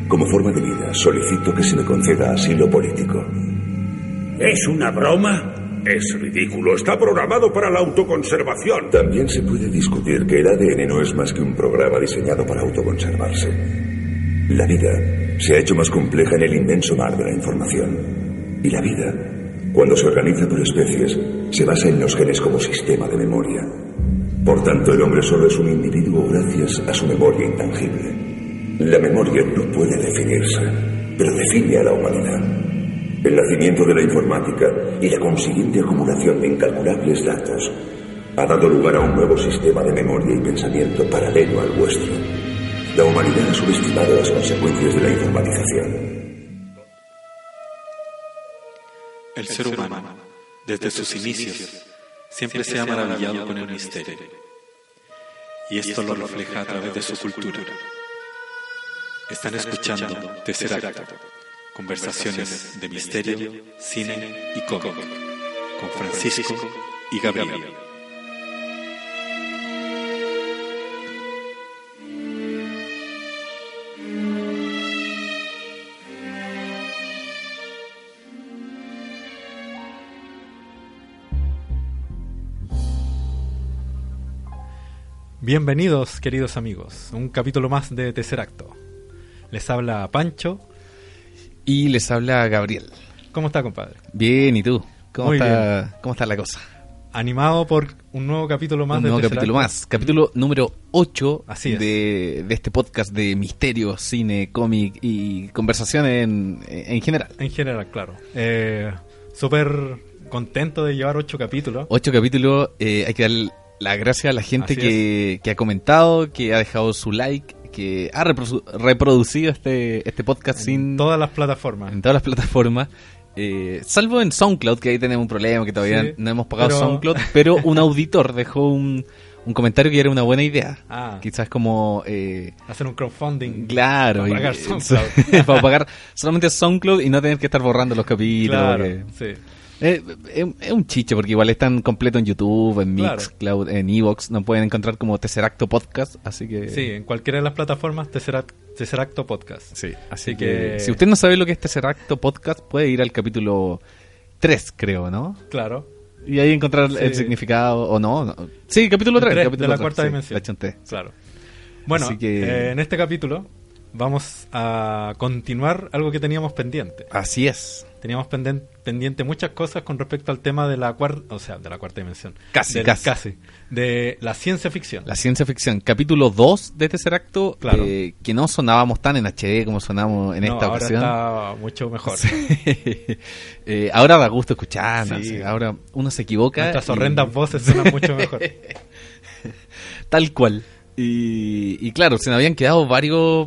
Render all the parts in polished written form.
Como forma de vida, solicito que se me conceda asilo político. ¿Es una broma? Es ridículo. Está programado para la autoconservación. También se puede discutir que el ADN no es más que un programa diseñado para autoconservarse. La vida se ha hecho más compleja en el inmenso mar de la información. Y la vida, cuando se organiza por especies, se basa en los genes como sistema de memoria. Por tanto, el hombre solo es un individuo gracias a su memoria intangible. La memoria no puede definirse, pero define a la humanidad. El nacimiento de la informática y la consiguiente acumulación de incalculables datos ha dado lugar a un nuevo sistema de memoria y pensamiento paralelo al vuestro. La humanidad ha subestimado las consecuencias de la informatización. El ser humano, desde sus inicios, siempre se ha maravillado con el misterio. Y esto lo refleja a través de su cultura. Están escuchando Tercer Acto, conversaciones de misterio, cine y cómic, con Francisco y Gabriel. Bienvenidos, queridos amigos, un capítulo más de Tercer Acto. Les habla Pancho. Y les habla Gabriel. ¿Cómo está, compadre? Bien, ¿y tú? ¿Cómo Muy está, bien. ¿Cómo está la cosa? Animado por un nuevo capítulo más Un de nuevo Tercer capítulo Acto. más. Capítulo número 8 Así es. de este podcast de misterio, cine, cómic y conversación en general. En general, claro. Súper contento de llevar 8 capítulos. 8 capítulos, hay que dar las gracias a la gente Así que ha comentado, que ha dejado su like, que ha reproducido este podcast En todas las plataformas. en todas las plataformas. Salvo en SoundCloud, que ahí tenemos un problema, que todavía Sí, no hemos pagado pero- SoundCloud, pero un auditor dejó un comentario que era una buena idea. Ah. Quizás como... Hacer un crowdfunding. claro. Para pagar y- SoundCloud. para pagar solamente SoundCloud y no tener que estar borrando los capítulos. Claro, que- sí. es un chiche, porque igual están completo en YouTube, en Claro. Mixcloud, en Evox. Nos pueden encontrar como Tercer Acto Podcast, así que... Sí, en cualquiera de las plataformas Tercer Acto Podcast. Sí, así Así que... que- Si usted no sabe lo que es Tercer Acto Podcast, puede ir al capítulo 3, creo, ¿no? Claro. Y ahí encontrar Sí. el significado, o no. Sí, capítulo 3. Tres, capítulo de la 3, cuarta sí, dimensión. la chunté. Claro. Bueno, Así que- en este capítulo vamos a continuar algo que teníamos pendiente. Así es. Teníamos pendiente muchas cosas con respecto al tema de la cuarta dimensión. Casi. De la ciencia ficción. La ciencia ficción. Capítulo 2 de Tercer Acto, Claro. que no sonábamos tan en HD como sonamos en No, esta ahora ocasión. está mucho mejor. Ahora da gusto escuchar. Sí. Ahora uno se equivoca. Nuestras y- horrendas voces suenan mucho mejor. Tal cual. Y claro, se nos habían quedado varios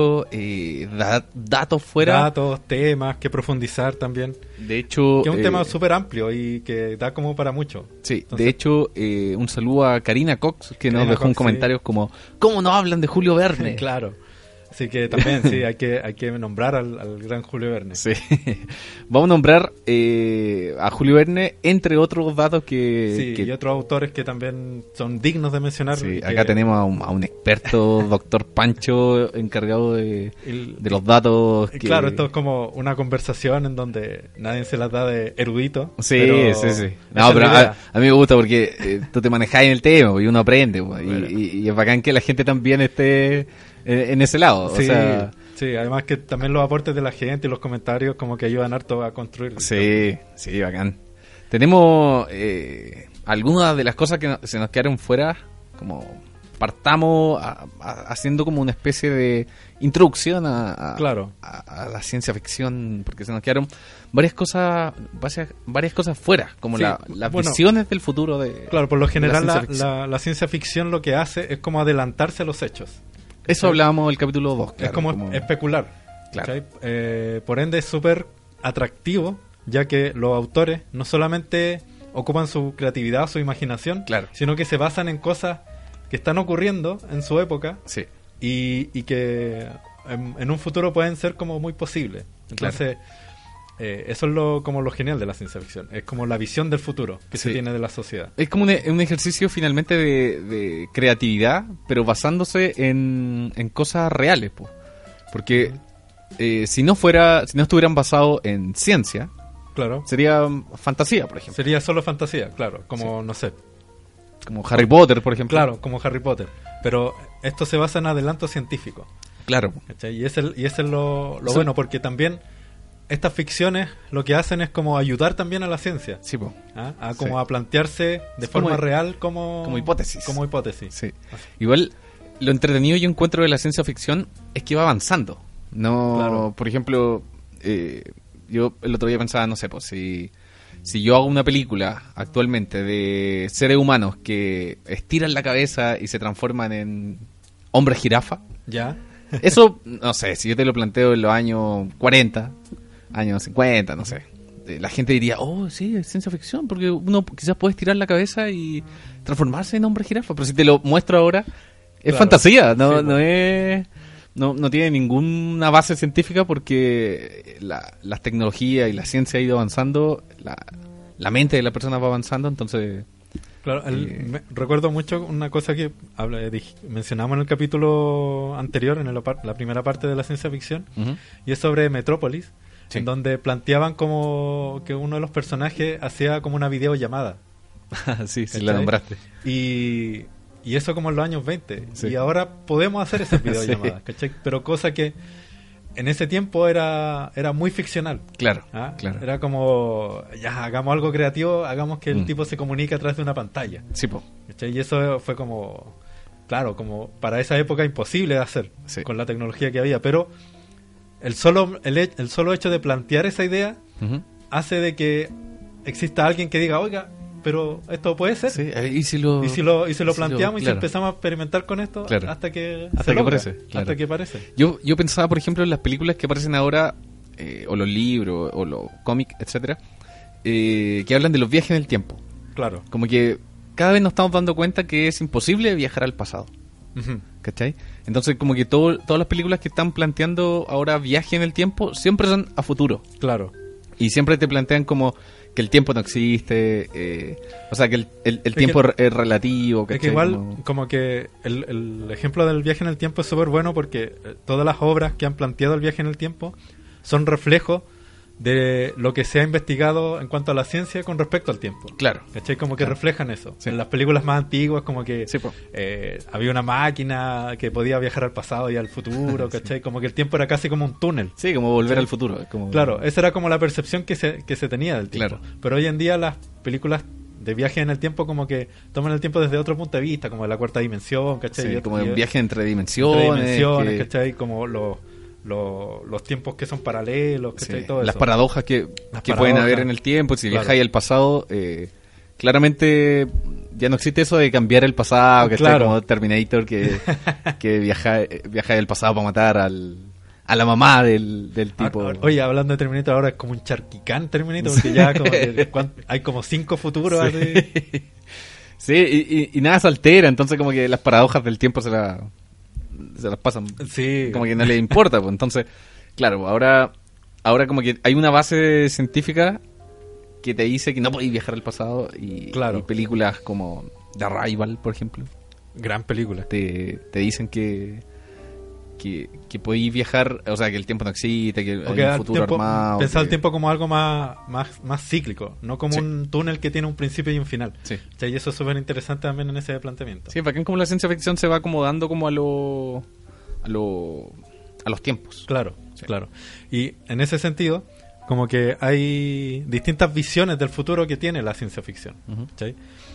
datos fuera. Datos, temas que profundizar también. De hecho, Que es un tema súper amplio y que da como para mucho. sí, Entonces- de hecho, un saludo a Karina Cox, que nos Karina dejó un Cox, comentario como, ¿cómo no hablan de Julio Verne? Claro. Así que también sí, hay que nombrar al gran Julio Verne. Sí. Vamos a nombrar a Julio Verne, entre otros datos Sí, que y otros autores que también son dignos de mencionar. sí, y acá que- tenemos a un experto, doctor Pancho, encargado de el- los datos. Que... Claro, esto es como una conversación en donde nadie se las da de erudito. Sí, pero sí. esa No, es pero la idea. a mí me gusta porque tú te manejás en el tema y uno aprende. Pues, Bueno. y es bacán que la gente también esté en ese lado. Sí, O sea, sí, además que también los aportes de la gente y los comentarios como que ayudan harto a construir. sí, bacán. Tenemos algunas de las cosas que se nos quedaron fuera, como partamos haciendo como una especie de introducción Claro. a la ciencia ficción, porque se nos quedaron varias cosas fuera, como Sí, las bueno, visiones del futuro de... Claro, por lo general la ciencia ficción. la ciencia ficción lo que hace es como adelantarse a los hechos. Eso hablábamos del capítulo 2. Es como especular. Claro. ¿Cachai? Por ende es súper atractivo, ya que los autores no solamente ocupan su creatividad, su imaginación, Claro. sino que se basan en cosas que están ocurriendo en su época Sí. y que en un futuro pueden ser como muy posibles. Entonces, eso es como lo genial de la ciencia ficción. Es como la visión del futuro que se Sí. tiene de la sociedad. Es como un ejercicio finalmente de creatividad, pero basándose en cosas reales, po. Porque si no estuvieran basados en ciencia, Claro. sería fantasía, por ejemplo. Sería solo fantasía, claro. Como, no sé. Como Harry Potter, por ejemplo. Claro, como Harry Potter. Pero esto se basa en adelantos científicos. Claro. ¿Cachai? Y ese es lo Eso- bueno, porque también estas ficciones lo que hacen es como ayudar también a la ciencia. Sí, po. ¿Ah? A Sí. como a plantearse de Es forma como- real como hipótesis. Como hipótesis. Sí. Igual, lo entretenido yo encuentro de la ciencia ficción es que va avanzando. No, Claro. por ejemplo, yo el otro día pensaba, no sé, pues si yo hago una película actualmente de seres humanos que estiran la cabeza y se transforman en hombres jirafa, ¿Ya? eso, no sé, si yo te lo planteo en los años 40, años 50, no sé, la gente diría, oh, sí, es ciencia ficción, porque uno quizás puede estirar la cabeza y transformarse en hombre jirafa, pero si te lo muestro ahora, es Claro. fantasía, no, Sí, no es... No tiene ninguna base científica porque las tecnologías y la ciencia ha ido avanzando, la mente de la persona va avanzando, entonces... Claro, recuerdo mucho una cosa que mencionamos en el capítulo anterior, en la primera parte de la ciencia ficción, Ujú. y es sobre Metrópolis, Sí. en donde planteaban como que uno de los personajes hacía como una videollamada. sí, sí, ¿Cachai? la nombraste. Y eso como en los años 20. Sí. Y ahora podemos hacer esas videollamadas, ¿cachai? Pero cosa que en ese tiempo era muy ficcional. Claro, ¿Ah? claro. Era como, ya, hagamos algo creativo, hagamos que el Mm. tipo se comunique a través de una pantalla. Sí, po. ¿Cachai? Y eso fue como, claro, como para esa época imposible de hacer Sí. con la tecnología que había. Pero el solo hecho de plantear esa idea Ujú. hace de que exista alguien que diga, oiga, pero esto puede ser. Sí, y si lo... Y si lo planteamos y si claro. empezamos a experimentar con esto Claro. hasta que Hasta se que logra, aparece, claro. hasta que aparece. Yo pensaba, por ejemplo, en las películas que aparecen ahora, o los libros, o los cómics, etcétera, que hablan de los viajes en el tiempo. Claro. Como que cada vez nos estamos dando cuenta que es imposible viajar al pasado. Ujú. ¿Cachai? Entonces, como que todas las películas que están planteando ahora viaje en el tiempo siempre son a futuro. Claro. Y siempre te plantean como que el tiempo no existe, o sea, que el tiempo es relativo. Es que ¿cachai? igual, como que el ejemplo del viaje en el tiempo es súper bueno porque todas las obras que han planteado el viaje en el tiempo son reflejos de lo que se ha investigado en cuanto a la ciencia con respecto al tiempo. Claro. ¿Cachai? Como que Claro. reflejan eso. Sí. En las películas más antiguas, como que Sí, po. había una máquina que podía viajar al pasado y al futuro, ¿cachai? Como que el tiempo era casi como un túnel. Sí, como volver al futuro. es como... Claro, esa era como la percepción que se tenía del tiempo. Claro. Pero hoy en día las películas de viaje en el tiempo como que toman el tiempo desde otro punto de vista, como de la cuarta dimensión, ¿cachai? Sí, como Y- un viaje entre entre dimensiones. dimensiones, que- ¿cachai? Como los tiempos que son paralelos, sí, ¿cachai? Todo las eso. paradojas que Las pueden paradojas. haber en el tiempo. Si Claro. viajáis al pasado, claramente ya no existe eso de cambiar el pasado, que Claro. como Terminator, que viaja del pasado para matar a la mamá del tipo. Oye, hablando de Terminator, ahora es como un charquicán Terminator, porque ya como que hay como 5 futuros así. Sí, y nada se altera, entonces como que las paradojas del tiempo se las pasan. Sí. Como que no les importa, pues entonces, claro, ahora como que hay una base científica que te dice que no podéis viajar al pasado y, Claro. y películas como The Arrival, por ejemplo, Gran película. te dicen que podéis viajar, o sea, que el tiempo no existe, que O que hay un al futuro tiempo, armado. pensar el que- tiempo como algo más cíclico, no como Sí. un túnel que tiene un principio y un final. Sí. O sea, y eso es súper interesante también en ese planteamiento. Sí, bacán como la ciencia ficción se va acomodando como a los tiempos. Claro, Sí. claro. Y en ese sentido, como que hay distintas visiones del futuro que tiene la ciencia ficción. Ujú. ¿Cachai?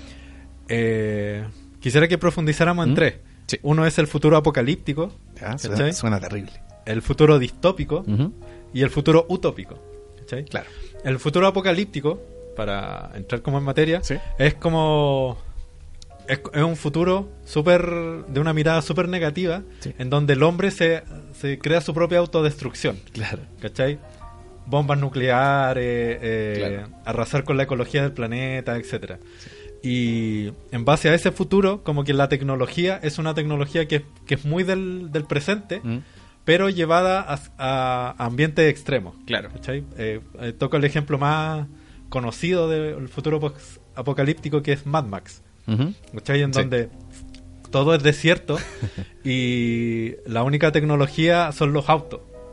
Quisiera que profundizáramos en tres. Sí. Uno es el futuro apocalíptico, Ya, ¿cachai? suena terrible. el futuro distópico Ujú. y el futuro utópico. ¿Cachai? Claro. El futuro apocalíptico, para entrar como en materia, Sí. es como... Es un futuro de una mirada súper negativa, Sí. en donde el hombre se crea su propia autodestrucción. Claro. ¿Cachai? Bombas nucleares, Claro. arrasar con la ecología del planeta, etcétera. Y en base a ese futuro, como que la tecnología es una tecnología que es muy del presente, Mm. pero llevada a ambientes extremos. Claro. ¿Cachai? Toco el ejemplo más conocido del futuro apocalíptico, que es Mad Max. Ujú. ¿Cachai? En Sí. donde todo es desierto y la única tecnología son los autos.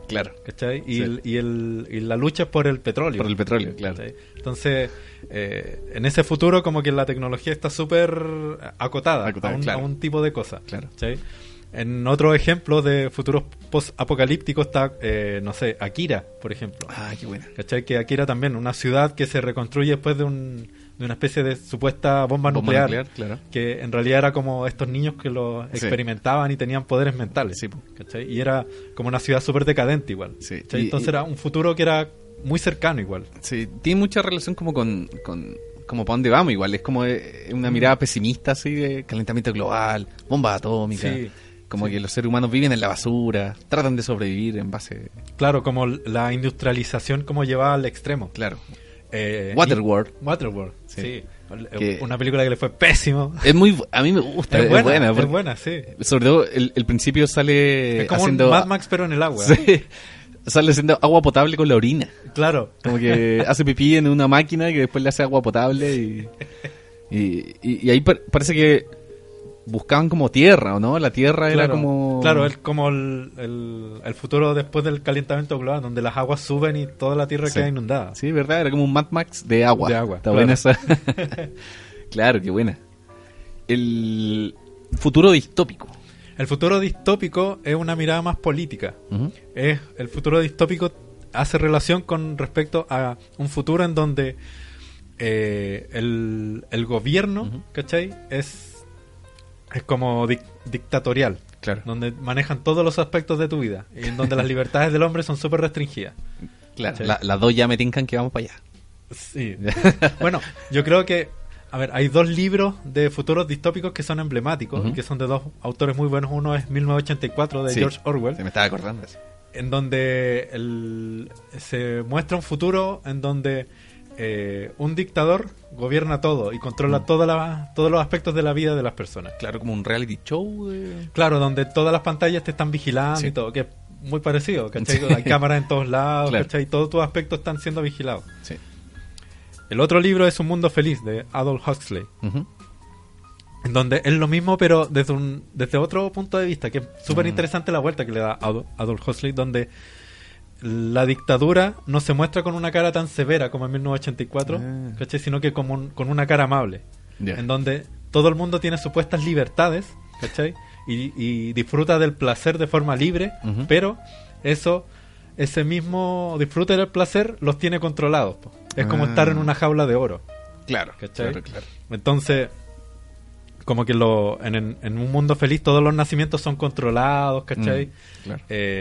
Claro. ¿Cachai? Sí. Y la lucha es por el petróleo. Por el petróleo, claro. ¿Cachai? Entonces, en ese futuro como que la tecnología está súper acotada claro. a un tipo de cosa. Claro. ¿Cachai? En otro ejemplo de futuros post-apocalípticos está, no sé, Akira, por ejemplo. Ah, qué buena. ¿Cachai? Que Akira también, una ciudad que se reconstruye después de una especie de supuesta bomba nuclear, claro. que en realidad era como estos niños que lo experimentaban y tenían poderes mentales. Sí. ¿Cachai? Y era como una ciudad súper decadente igual. Sí. Entonces era un futuro que era muy cercano igual. Sí, tiene mucha relación como con como para dónde vamos igual. Es como una mirada pesimista así de calentamiento global, bomba atómica. Sí. Como que los seres humanos viven en la basura, tratan de sobrevivir en base... Claro, como la industrialización como llevada al extremo. Claro. Waterworld. Waterworld, sí. Que una película que le fue pésimo. Es muy... A mí me gusta, es buena, sí. Sobre todo el principio sale es como haciendo... un Mad Max pero en el agua. Sí. Sale haciendo agua potable con la orina. Claro. Como que hace pipí en una máquina que después le hace agua potable y ahí parece que buscaban como tierra, ¿o no? La tierra era como... Claro, es como el futuro después del calentamiento global, donde las aguas suben y toda la tierra queda inundada. Sí, ¿verdad? Era como un Mad Max de agua. Está buena esa. Claro, qué buena. El futuro distópico. El futuro distópico es una mirada más política. Uh-huh. El futuro distópico hace relación con respecto a un futuro en donde el gobierno, uh-huh, ¿cachai? Es como dictatorial, claro, donde manejan todos los aspectos de tu vida y en donde las libertades del hombre son súper restringidas. Claro, las dos ya me tincan que vamos para allá. Sí. Bueno, yo creo que, a ver, hay dos libros de futuros distópicos que son emblemáticos, uh-huh, y que son de dos autores muy buenos. Uno es 1984 de George Orwell. Se me estaba acordando de eso. En donde se muestra un futuro en donde un dictador gobierna todo y controla todos los aspectos de la vida de las personas. Claro, como un reality show. Claro, donde todas las pantallas te están vigilando y todo, que es muy parecido, ¿cachai? Sí. Hay cámaras en todos lados, claro, ¿cachai? Todos tus aspectos están siendo vigilados. Sí. El otro libro es Un Mundo Feliz, de Aldous Huxley. Uh-huh. En donde es lo mismo, pero desde otro punto de vista, que es súper interesante la vuelta que le da Aldous Huxley, donde la dictadura no se muestra con una cara tan severa como en 1984, ¿cachai? Sino que con una cara amable, en donde todo el mundo tiene supuestas libertades, ¿cachai? Y disfruta del placer de forma libre, uh-huh, pero ese mismo disfrute del placer los tiene controlados, po. Es como estar en una jaula de oro. Claro, ¿cachai? Claro. Entonces, como que en un mundo feliz todos los nacimientos son controlados, ¿cachai? Claro.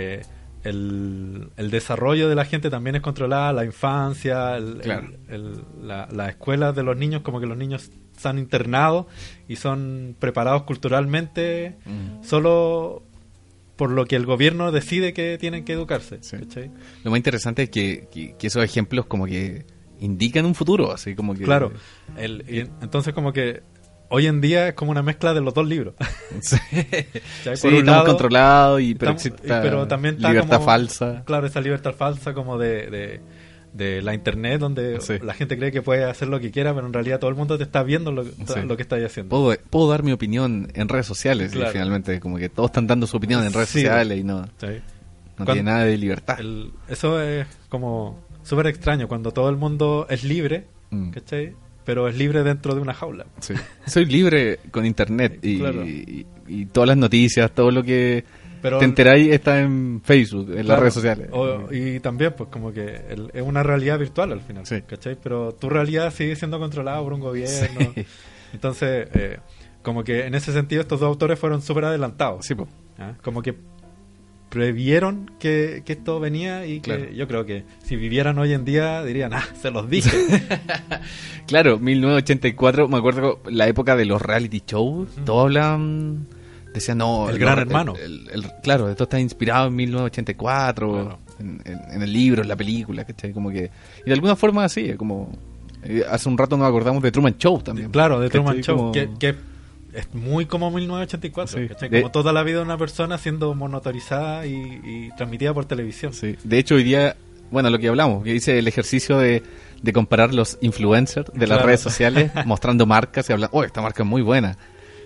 El desarrollo de la gente también es controlada, la infancia, las escuelas de los niños, como que los niños están internados y son preparados culturalmente solo por lo que el gobierno decide que tienen que educarse. Sí. ¿Cachai? Lo más interesante es que esos ejemplos como que indican un futuro, así como que... Claro, entonces como que hoy en día es como una mezcla de los dos libros. Sí, por un lado, controlados, pero también está libertad como, falsa. Claro, esa libertad falsa como de la internet, donde la gente cree que puede hacer lo que quiera, pero en realidad todo el mundo te está viendo lo que estás haciendo. Puedo dar mi opinión en redes sociales, claro, y finalmente como que todos están dando su opinión en redes sociales y no tiene nada de libertad. Eso es como súper extraño, cuando todo el mundo es libre, ¿cachai? Pero es libre dentro de una jaula. Sí. Soy libre con internet y todas las noticias, todo lo que te enteráis está en Facebook, en las redes sociales. Y también, pues, como que es una realidad virtual al final, ¿cachai? Pero tu realidad sigue siendo controlada por un gobierno. Sí. Entonces, como que en ese sentido estos dos autores fueron súper adelantados. Sí, pues. Como que previeron que esto venía y que yo creo que si vivieran hoy en día dirían, se los dije. Claro, 1984, me acuerdo la época de los reality shows, todos hablaban, decían, no... El Gran Hermano. Claro, esto está inspirado en 1984, en el libro, en la película, ¿cachai? Como que, y de alguna forma así, como... hace un rato nos acordamos de Truman Show también. Claro, de Truman Show, como... que es muy como 1984, ¿cachai? Como toda la vida de una persona siendo monitorizada y transmitida por televisión. Sí. De hecho, hoy día, bueno, lo que hablamos, que hice el ejercicio de comparar los influencers de las redes sociales, mostrando marcas y hablando, esta marca es muy buena.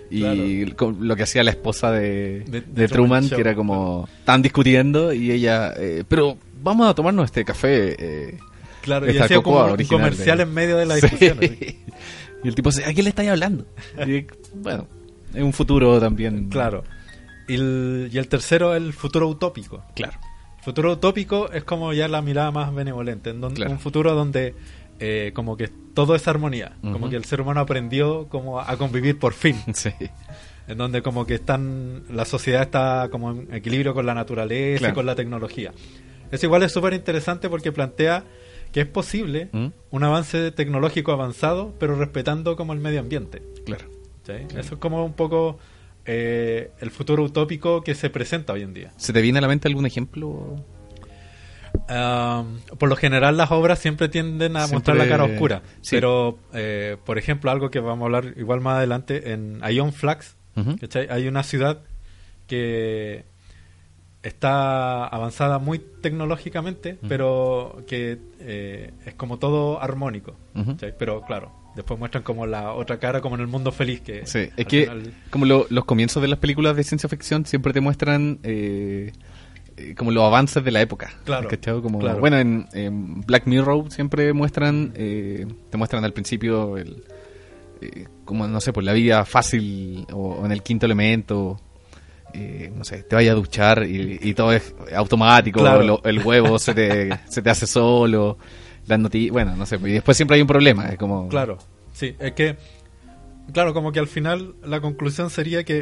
Y lo que hacía la esposa de de Truman, Show, que era como, estaban discutiendo y ella, pero vamos a tomarnos este café. Claro, y esta hacía como cocoa un original comercial en medio de la Sí. discusión. así. Y el tipo dice, ¿a quién le estáis hablando? Y, bueno, es un futuro también. Claro. Y el tercero es el futuro utópico. Claro. El futuro utópico es como ya la mirada más benevolente, en donde, Claro. un futuro donde como que todo es armonía, como Ujú. que el ser humano aprendió como a convivir por fin, Sí. en donde como que la sociedad está como en equilibrio con la naturaleza Claro. y con la tecnología. Eso igual es súper interesante porque plantea que es posible un avance tecnológico avanzado, pero respetando como el medio ambiente. Claro. ¿Sí? Eso es como un poco el futuro utópico que se presenta hoy en día. ¿Se te viene a la mente algún ejemplo? Por lo general las obras siempre tienden a Siempre- mostrar la cara oscura, sí. pero por ejemplo algo que vamos a hablar igual más adelante en Ion Flux, Ujú. ¿cachai? Hay una ciudad que está avanzada muy tecnológicamente, pero que es como todo armónico, Ujú. ¿cachai? Pero claro, después muestran como la otra cara como en el mundo feliz que Sí, es al que final- como los comienzos de las películas de ciencia ficción siempre te muestran como los avances de la época. Claro, ¿cachai? Como, claro. bueno, en Black Mirror siempre muestran, te muestran al principio como, no sé, pues la vida fácil o en el quinto elemento. No sé, te vayas a duchar y todo es automático, Claro. el huevo se te hace solo, las noticias, bueno, no sé, y después siempre hay un problema, es como... Claro, sí, es que, claro, como que al final la conclusión sería que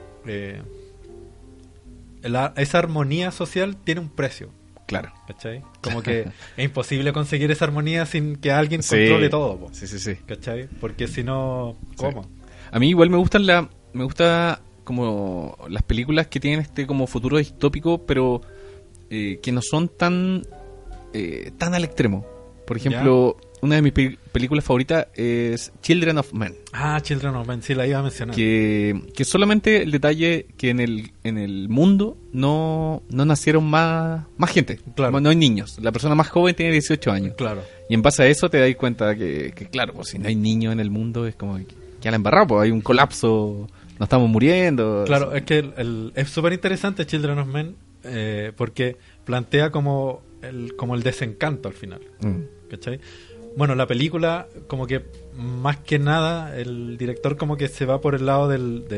esa armonía social tiene un precio, Claro. ¿cachai? Como que es imposible conseguir esa armonía sin que alguien Sí. controle todo, po, Sí, sí, sí. ¿cachai? Porque si no, ¿cómo? A mí igual me gusta como las películas que tienen este como futuro distópico, pero que no son tan al extremo. Por ejemplo, una de mis películas favoritas es Children of Men, Ah, Children of Men, sí, la iba a mencionar. que solamente el detalle que en el mundo no nacieron más gente, Claro. no hay niños. La persona más joven tiene 18 años. Claro, Y en base a eso te das cuenta que claro, pues si no hay niños en el mundo es como que la embarrado, pues hay un colapso, nos estamos muriendo. claro, es que es súper interesante Children of Men porque plantea como el desencanto al final. ¿Cachai? Bueno, la película, como que más que nada, el director como que se va por el lado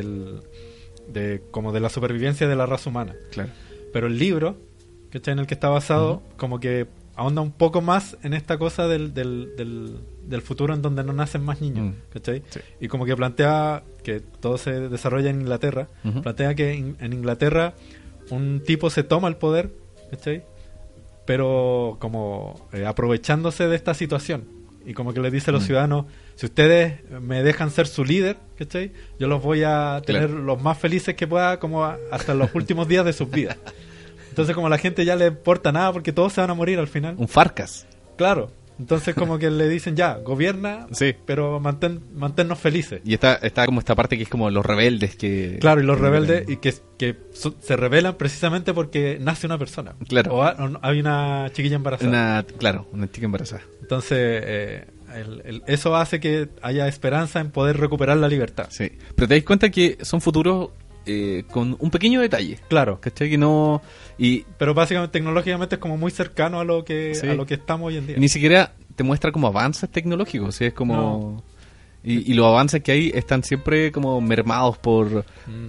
como de la supervivencia de la raza humana. Claro. Pero el libro, ¿cachai? En el que está basado, como que ahonda un poco más en esta cosa del futuro en donde no nacen más niños, ¿cachai? Sí. Y como que plantea que todo se desarrolla en Inglaterra, Ujú. plantea que en Inglaterra un tipo se toma el poder, ¿cachai? Pero como aprovechándose de esta situación. Y como que le dice a los ciudadanos, si ustedes me dejan ser su líder, ¿cachai? Yo los voy a tener Claro. los más felices que pueda como hasta los últimos días de sus vidas. Entonces como a la gente ya le importa nada porque todos se van a morir al final. Un Farcas. Claro. Entonces como que le dicen, ya, gobierna, Sí. pero manténnos felices. Y está como esta parte que es como los rebeldes que... Claro, y los rebeldes y que se rebelan precisamente porque nace una persona. Claro. O hay una chiquilla embarazada. Una chica embarazada. Entonces, eso hace que haya esperanza en poder recuperar la libertad. Sí. Pero te das cuenta que son futuros con un pequeño detalle. Claro. ¿Cachai? Que no... Y Pero básicamente, tecnológicamente, es como muy cercano a lo que Sí. a lo que estamos hoy en día. ni siquiera te muestra como avances tecnológicos. O sea, es como... No. Y los avances que hay están siempre como mermados por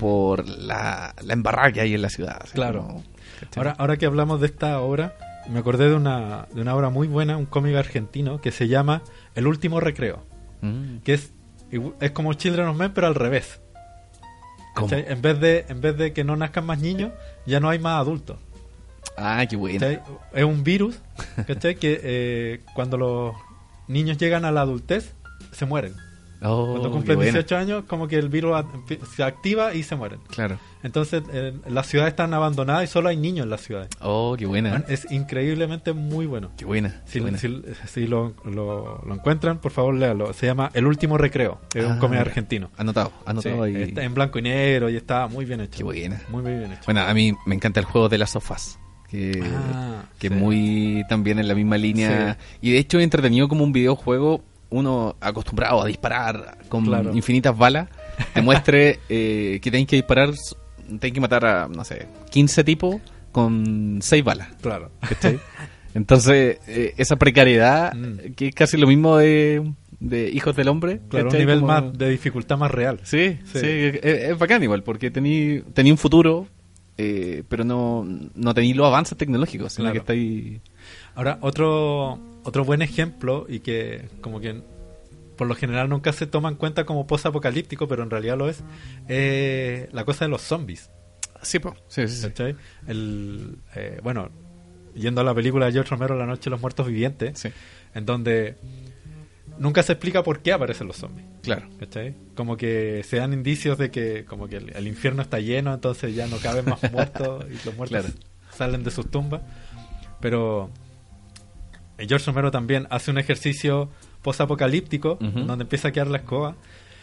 la embarrada que hay en la ciudad. Así Claro. como, ¿cachai? Ahora que hablamos de esta obra, me acordé de una obra muy buena, un cómic argentino, que se llama El Último Recreo. Mm. Que es como Children of Men, pero al revés. ¿Cómo? ¿Cachai? En vez de que no nazcan más niños, ya no hay más adultos. Ah, qué bueno. ¿Cachai? Es un virus, ¿cachai? Que cuando los niños llegan a la adultez, se mueren. Oh, Cuando qué cumplen buena. 18 años, como que el virus se activa y se mueren. Claro. Entonces, las ciudades están abandonadas y solo hay niños en las ciudades. Oh, qué buena. Es increíblemente muy bueno. Qué buena. Si, qué buena. si lo encuentran, por favor, léalo. Se llama El Último Recreo. Es un cómic mira. argentino. Anotado Sí, ahí. está en blanco y negro y está muy bien hecho. Qué buena. Muy, muy bien hecho. Bueno, a mí me encanta el juego de las sofás. Que Sí. muy también en la misma línea. Y de hecho, entretenido como un videojuego. Uno acostumbrado a disparar con Claro. infinitas balas. te muestre que tenéis que disparar, tenéis que matar a, no sé, 15 tipos con 6 balas. Claro. ¿Cachai? Entonces, esa precariedad, que es casi lo mismo de Hijos del Hombre. Claro, un ¿cachai? nivel Como- más de dificultad más real. Sí, Sí. sí, es bacán igual, porque tení un futuro, pero no tení los avances tecnológicos, sino Claro. que estáis... Ahora, otro buen ejemplo, y que como que por lo general nunca se toma en cuenta como post-apocalíptico, pero en realidad lo es, la cosa de los zombies. Sí, po. Sí, sí, sí. ¿Cachai? Bueno, yendo a la película de George Romero, La Noche de los Muertos Vivientes, Sí, en donde nunca se explica por qué aparecen los zombies. claro. ¿Cachai? Como que se dan indicios de que como que el infierno está lleno, entonces ya no caben más muertos y los muertos Claro. salen de sus tumbas. Pero George Romero también hace un ejercicio post-apocalíptico, Ujú. donde empieza a quedar la escoba,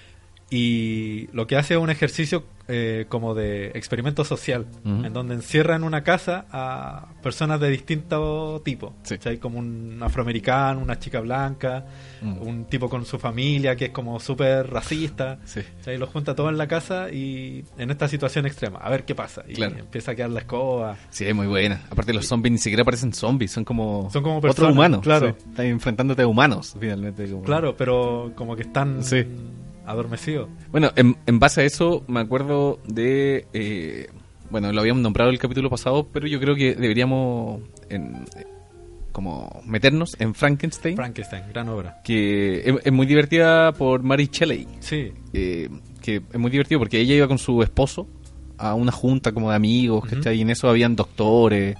y lo que hace es un ejercicio como de experimento social, Ujú. en donde encierra en una casa a personas de distinto tipo. Sí. ¿Cachai? Como un afroamericano, una chica blanca, un tipo con su familia que es como súper racista. Sí. ¿Cachai? Los junta todos en la casa y en esta situación extrema, a ver qué pasa. Y Claro. empieza a quedar la escoba. Sí, es muy buena. Aparte, los zombies ni siquiera parecen zombies, son como Personas, otros humanos. claro. Sí. Estás enfrentándote a humanos, finalmente. Como... Claro, pero como que están Sí. adormecidos. Bueno, en base a eso, me acuerdo de... bueno, lo habíamos nombrado el capítulo pasado, pero yo creo que deberíamos como meternos en Frankenstein, Frankenstein, gran obra. que es muy divertida por Mary Shelley. Sí, Que es muy divertido porque ella iba con su esposo a una junta como de amigos, ¿cachai? Y en eso habían doctores,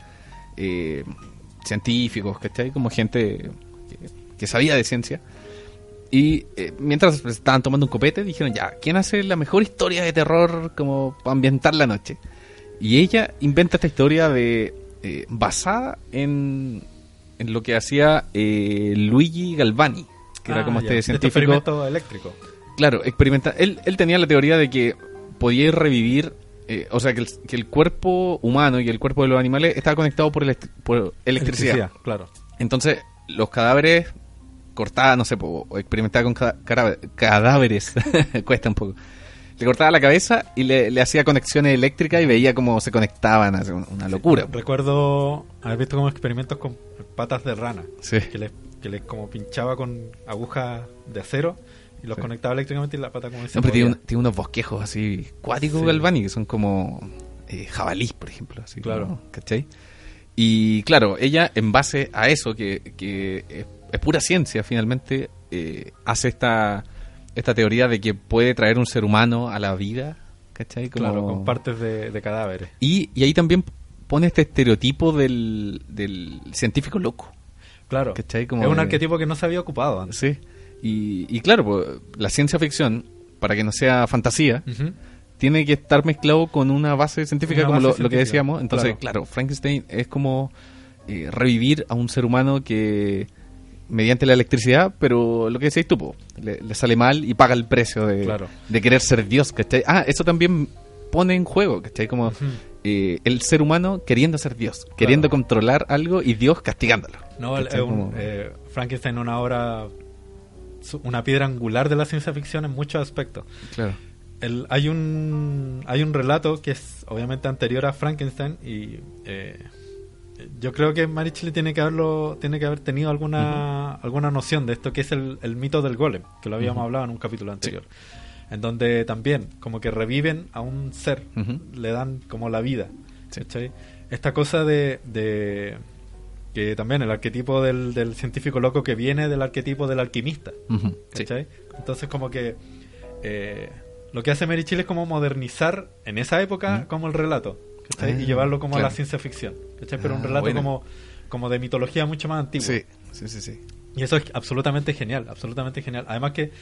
científicos, ¿cachai? Como gente que sabía de ciencia. Y mientras estaban tomando un copete, dijeron, ya, ¿quién hace la mejor historia de terror como para ambientar la noche? Y ella inventa esta historia basada en lo que hacía Luigi Galvani, que era como ya, este de científico. experimento eléctrico. Claro, experimenta. Él tenía la teoría de que podía revivir, o sea, que el cuerpo humano y el cuerpo de los animales estaba conectado por electricidad. Claro. Entonces, los cadáveres cortaba, no sé, o experimentaba con cadáveres, cuesta un poco. Le cortaba la cabeza y le hacía conexiones eléctricas y veía cómo se conectaban, así, una locura. Recuerdo haber visto como experimentos con patas de rana, Sí. que les como pinchaba con agujas de acero y los Sí. conectaba eléctricamente y la pata como se No, pero movía. tiene unos bosquejos así cuáticos, Sí. Galvani, que son como jabalís, por ejemplo. Así Claro. como, ¿cachai? Y claro, ella, en base a eso, que es pura ciencia, finalmente, hace esta teoría de que puede traer un ser humano a la vida, ¿cachai? Como... Claro, con partes de cadáveres. Y ahí también pone este estereotipo del científico loco. Claro. ¿Cachai? Como es un de- arquetipo que no se había ocupado antes. Sí. Y claro, pues, la ciencia ficción, para que no sea fantasía, Ujú. tiene que estar mezclado con una base científica, Una como base lo que científica, decíamos. Entonces, claro. claro, Frankenstein es como revivir a un ser humano que mediante la electricidad, pero lo que decías tú, po, le sale mal y paga el precio Claro. de querer ser Dios, ¿cachai? Ah, eso también pone en juego, ¿cachai? Como Ujú. el ser humano queriendo ser Dios, queriendo controlar algo y Dios castigándolo. No, ¿cachai? Como- Frankenstein, una obra, una piedra angular de la ciencia ficción en muchos aspectos. Claro. Hay un relato que es obviamente anterior a Frankenstein y yo creo que Mary Shelley tiene que haber tenido alguna noción de esto, que es el mito del golem, que lo habíamos hablado en un capítulo anterior, en donde también como que reviven a un ser, Ujú. le dan como la vida. Sí. ¿Cachai? Esta cosa de que también el arquetipo del científico loco que viene del arquetipo del alquimista. Ujú, sí. ¿Cachai? Entonces como que lo que hace Mary Shelley es como modernizar en esa época como el relato, ¿cachai? Ah, Y llevarlo como a claro. la ciencia ficción, ¿cachai? Pero un Ah, relato bueno. como de mitología mucho más antigua. Sí, sí, sí, sí. Y eso es absolutamente genial, absolutamente genial. Además que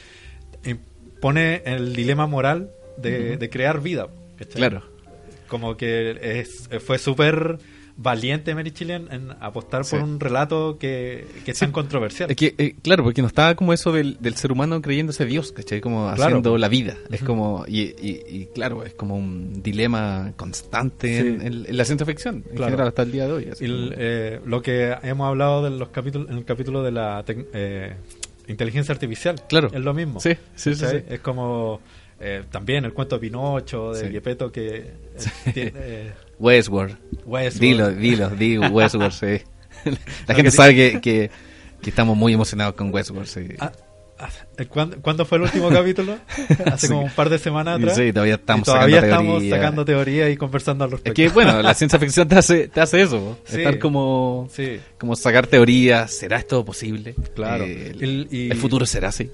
pone el dilema moral de crear vida, ¿cachai? Claro. Como que fue súper valiente Mary Shelley en apostar Sí. por un relato que es tan controversial. Es que, claro, porque no estaba como eso del ser humano creyéndose Dios, ¿cachai? Como Claro. haciendo la vida. Es Ujú. como, y claro, es como un dilema constante Sí. en la ciencia ficción, en Claro. general, hasta el día de hoy. así Y como- lo que hemos hablado en el capítulo de la inteligencia artificial, Claro. es lo mismo. Sí, sí, sí, ¿cachai? sí. Es como También el cuento de Pinocho, de Sí. Gepetto, que Westworld. Westworld. Di Westworld, sí. La No, gente que- sabe que estamos muy emocionados con Westworld, sí. ¿Cuándo fue el último capítulo? Hace Sí. como un par de semanas atrás. Sí, todavía estamos Y todavía sacando estamos teoría. sacando teorías y conversando al Es respecto. que, bueno, la ciencia ficción te hace eso, po. Sí. Estar como Sí, sacar teorías. ¿Será esto posible? claro. El futuro será así.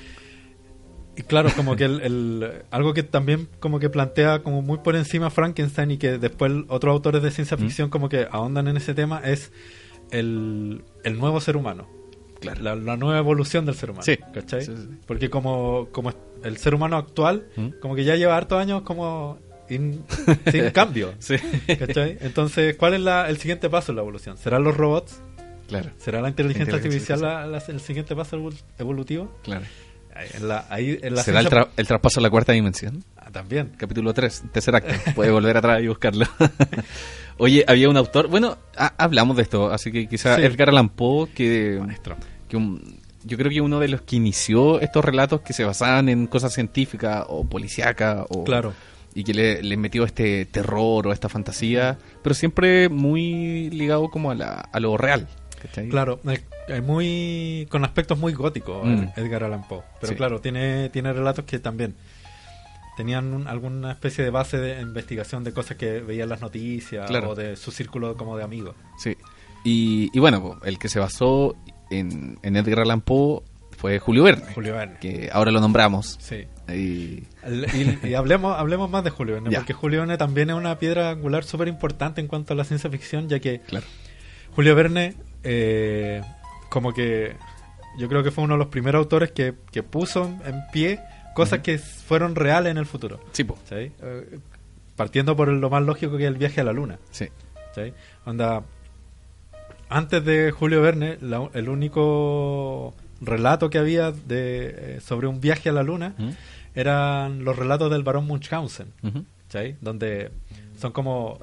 Y claro, como que algo que también como que plantea como muy por encima Frankenstein y que después otros autores de ciencia ficción como que ahondan en ese tema es el nuevo ser humano. Claro. La nueva evolución del ser humano. Sí. ¿Cachai? Sí, sí. Porque como el ser humano actual, como que ya lleva hartos años como sin cambio. Sí. ¿Cachai? Entonces, ¿cuál es el siguiente paso en la evolución? ¿Serán los robots? Claro, ¿Será la inteligencia Inteligencia artificial el siguiente paso evolutivo? claro. Ahí en la ¿Será ciencia- el traspaso a la cuarta dimensión? También. Capítulo 3, tercer acto. Puede volver atrás y buscarlo. Oye, había un autor... Bueno, hablamos de esto, así que quizá Sí. Edgar Allan Poe, Maestro. yo creo que uno de los que inició estos relatos que se basaban en cosas científicas o policíacas o... Claro. Y que le metió este terror o esta fantasía, pero siempre muy ligado como a lo real. ¿Cachai? Claro, es muy con aspectos muy góticos Edgar Allan Poe, pero Sí. claro, tiene relatos que también tenían alguna especie de base de investigación de cosas que veía en las noticias Claro. o de su círculo como de amigos. Sí. Y bueno, po, el que se basó en Edgar Allan Poe fue Julio Verne, Julio Verne. que ahora lo nombramos. Sí. Y Y hablemos más de Julio Verne, Ya. porque Julio Verne también es una piedra angular súper importante en cuanto a la ciencia ficción, ya que claro, Julio Verne, como que yo creo que fue uno de los primeros autores que puso en pie cosas que fueron reales en el futuro. sí, po, ¿Sí? Partiendo por lo más lógico que es el viaje a la luna. sí, ¿Sí? Onda, antes de Julio Verne, el único relato que había sobre un viaje a la luna eran los relatos del barón Munchausen. ujú, ¿Sí? Donde son como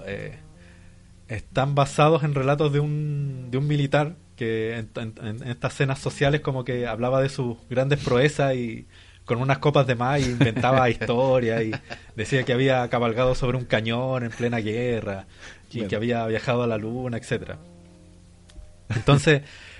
están basados en relatos de un militar que en estas cenas sociales como que hablaba de sus grandes proezas y con unas copas de más y inventaba historias y decía que había cabalgado sobre un cañón en plena guerra y Claro. que había viajado a la luna, etcétera. Entonces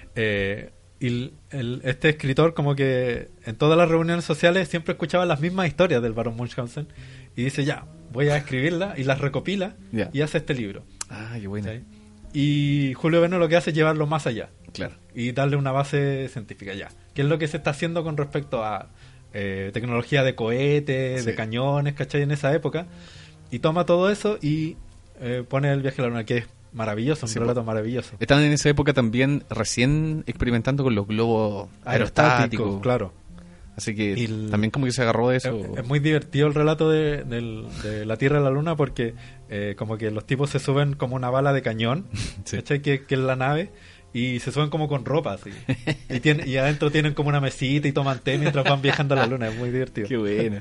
este escritor como que en todas las reuniones sociales siempre escuchaba las mismas historias del barón Munchausen y dice ya, voy a escribirlas y las recopila Ya. y hace este libro. Ah, qué bueno. ¿Sí? Y Julio Verne lo que hace es llevarlo más allá Claro, y darle una base científica ya. ¿Qué es lo que se está haciendo con respecto a tecnología de cohetes, Sí. de cañones, ¿cachai? En esa época. Y toma todo eso y pone el viaje a la luna, que es maravilloso, un Sí, relato maravilloso. estaban en esa época también recién experimentando con los globos aerostáticos. Claro. Así que Y también como que se agarró de eso. Es muy divertido el relato de la Tierra a la Luna porque como que los tipos se suben como una bala de cañón, Sí. ¿cachai? Que es la nave, y se suben como con ropa así. Y adentro tienen como una mesita y toman té mientras van viajando a la Luna, es muy divertido. Qué bueno.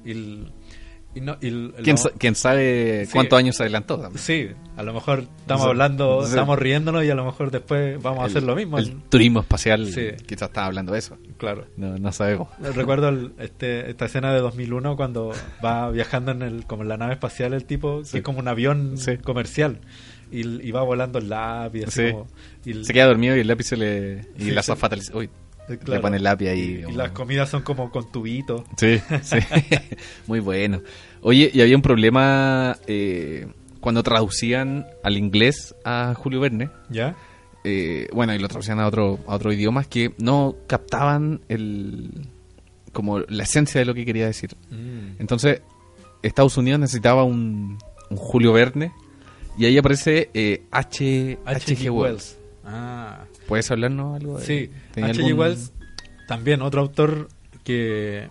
¿Quién sabe Sí. cuántos años se adelantó también? Sí, a lo mejor estamos Sí. hablando, Sí. estamos riéndonos y a lo mejor después vamos a hacer lo mismo. El turismo espacial, Sí. quizás estaba hablando de eso. Claro. No sabemos. Recuerdo esta escena de 2001 cuando va viajando como en la nave espacial el tipo, que Sí. es como un avión Sí. comercial y va volando el lápiz así Sí. como, y Se queda dormido y el lápiz Sí, la sí. azafata le dice, uy, claro. le pone el lápiz ahí. y como- las comidas son como con tubitos. Sí, sí. Muy bueno. Oye, y había un problema cuando traducían al inglés a Julio Verne. ¿Ya? Bueno, y lo traducían a otro idioma, es que no captaban como la esencia de lo que quería decir. Entonces, Estados Unidos necesitaba un Julio Verne, y ahí aparece H.G. Wells. Ah, ¿Puedes hablarnos algo de sí. ¿tenía H.G. algún- Wells, también otro autor que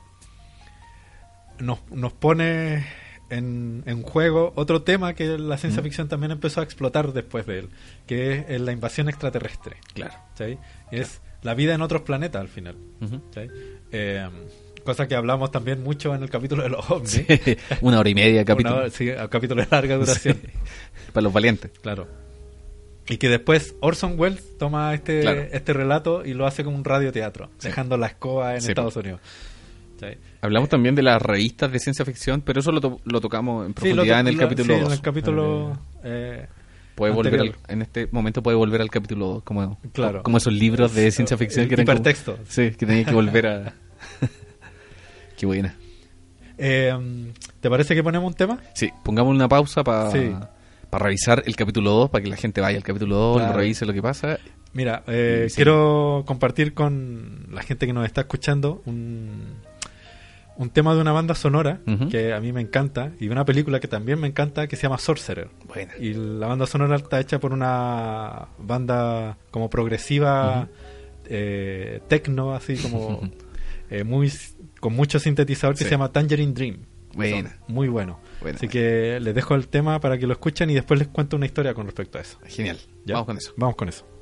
nos pone en juego otro tema que la ciencia ficción también empezó a explotar después de él, que es la invasión extraterrestre. Claro. ¿Sí? Es la vida en otros planetas al final. Ujú. ¿Sí? Cosa que hablamos también mucho en el capítulo de los ovnis. Sí, 1 hora y media de capítulo. Sí, el capítulo de larga duración. Sí. Para los valientes. Claro. Y que después Orson Welles toma Claro. este relato y lo hace como un radioteatro, Sí. dejando la escoba en Sí, Estados Unidos. ¿cachai? Hablamos también de las revistas de ciencia ficción, pero eso lo tocamos en profundidad en el capítulo 2. En el capítulo... puede volver en este momento puede volver al capítulo 2, como esos libros de ciencia ficción que hipertexto. Sí, que tenías que volver a... Qué buena. ¿Te parece que ponemos un tema? Sí, pongamos una pausa para revisar el capítulo 2, para que la gente vaya al capítulo 2, lo revise lo que pasa. Mira, quiero compartir con la gente que nos está escuchando un tema de una banda sonora que a mí me encanta, y de una película que también me encanta, que se llama Sorcerer. Buena. Y la banda sonora está hecha por una banda como progresiva, techno, así como con mucho sintetizador, que se llama Tangerine Dream. Buena. Muy bueno. Así que les dejo el tema para que lo escuchen y después les cuento una historia con respecto a eso. Genial. ¿Ya? Vamos con eso. Vamos con eso.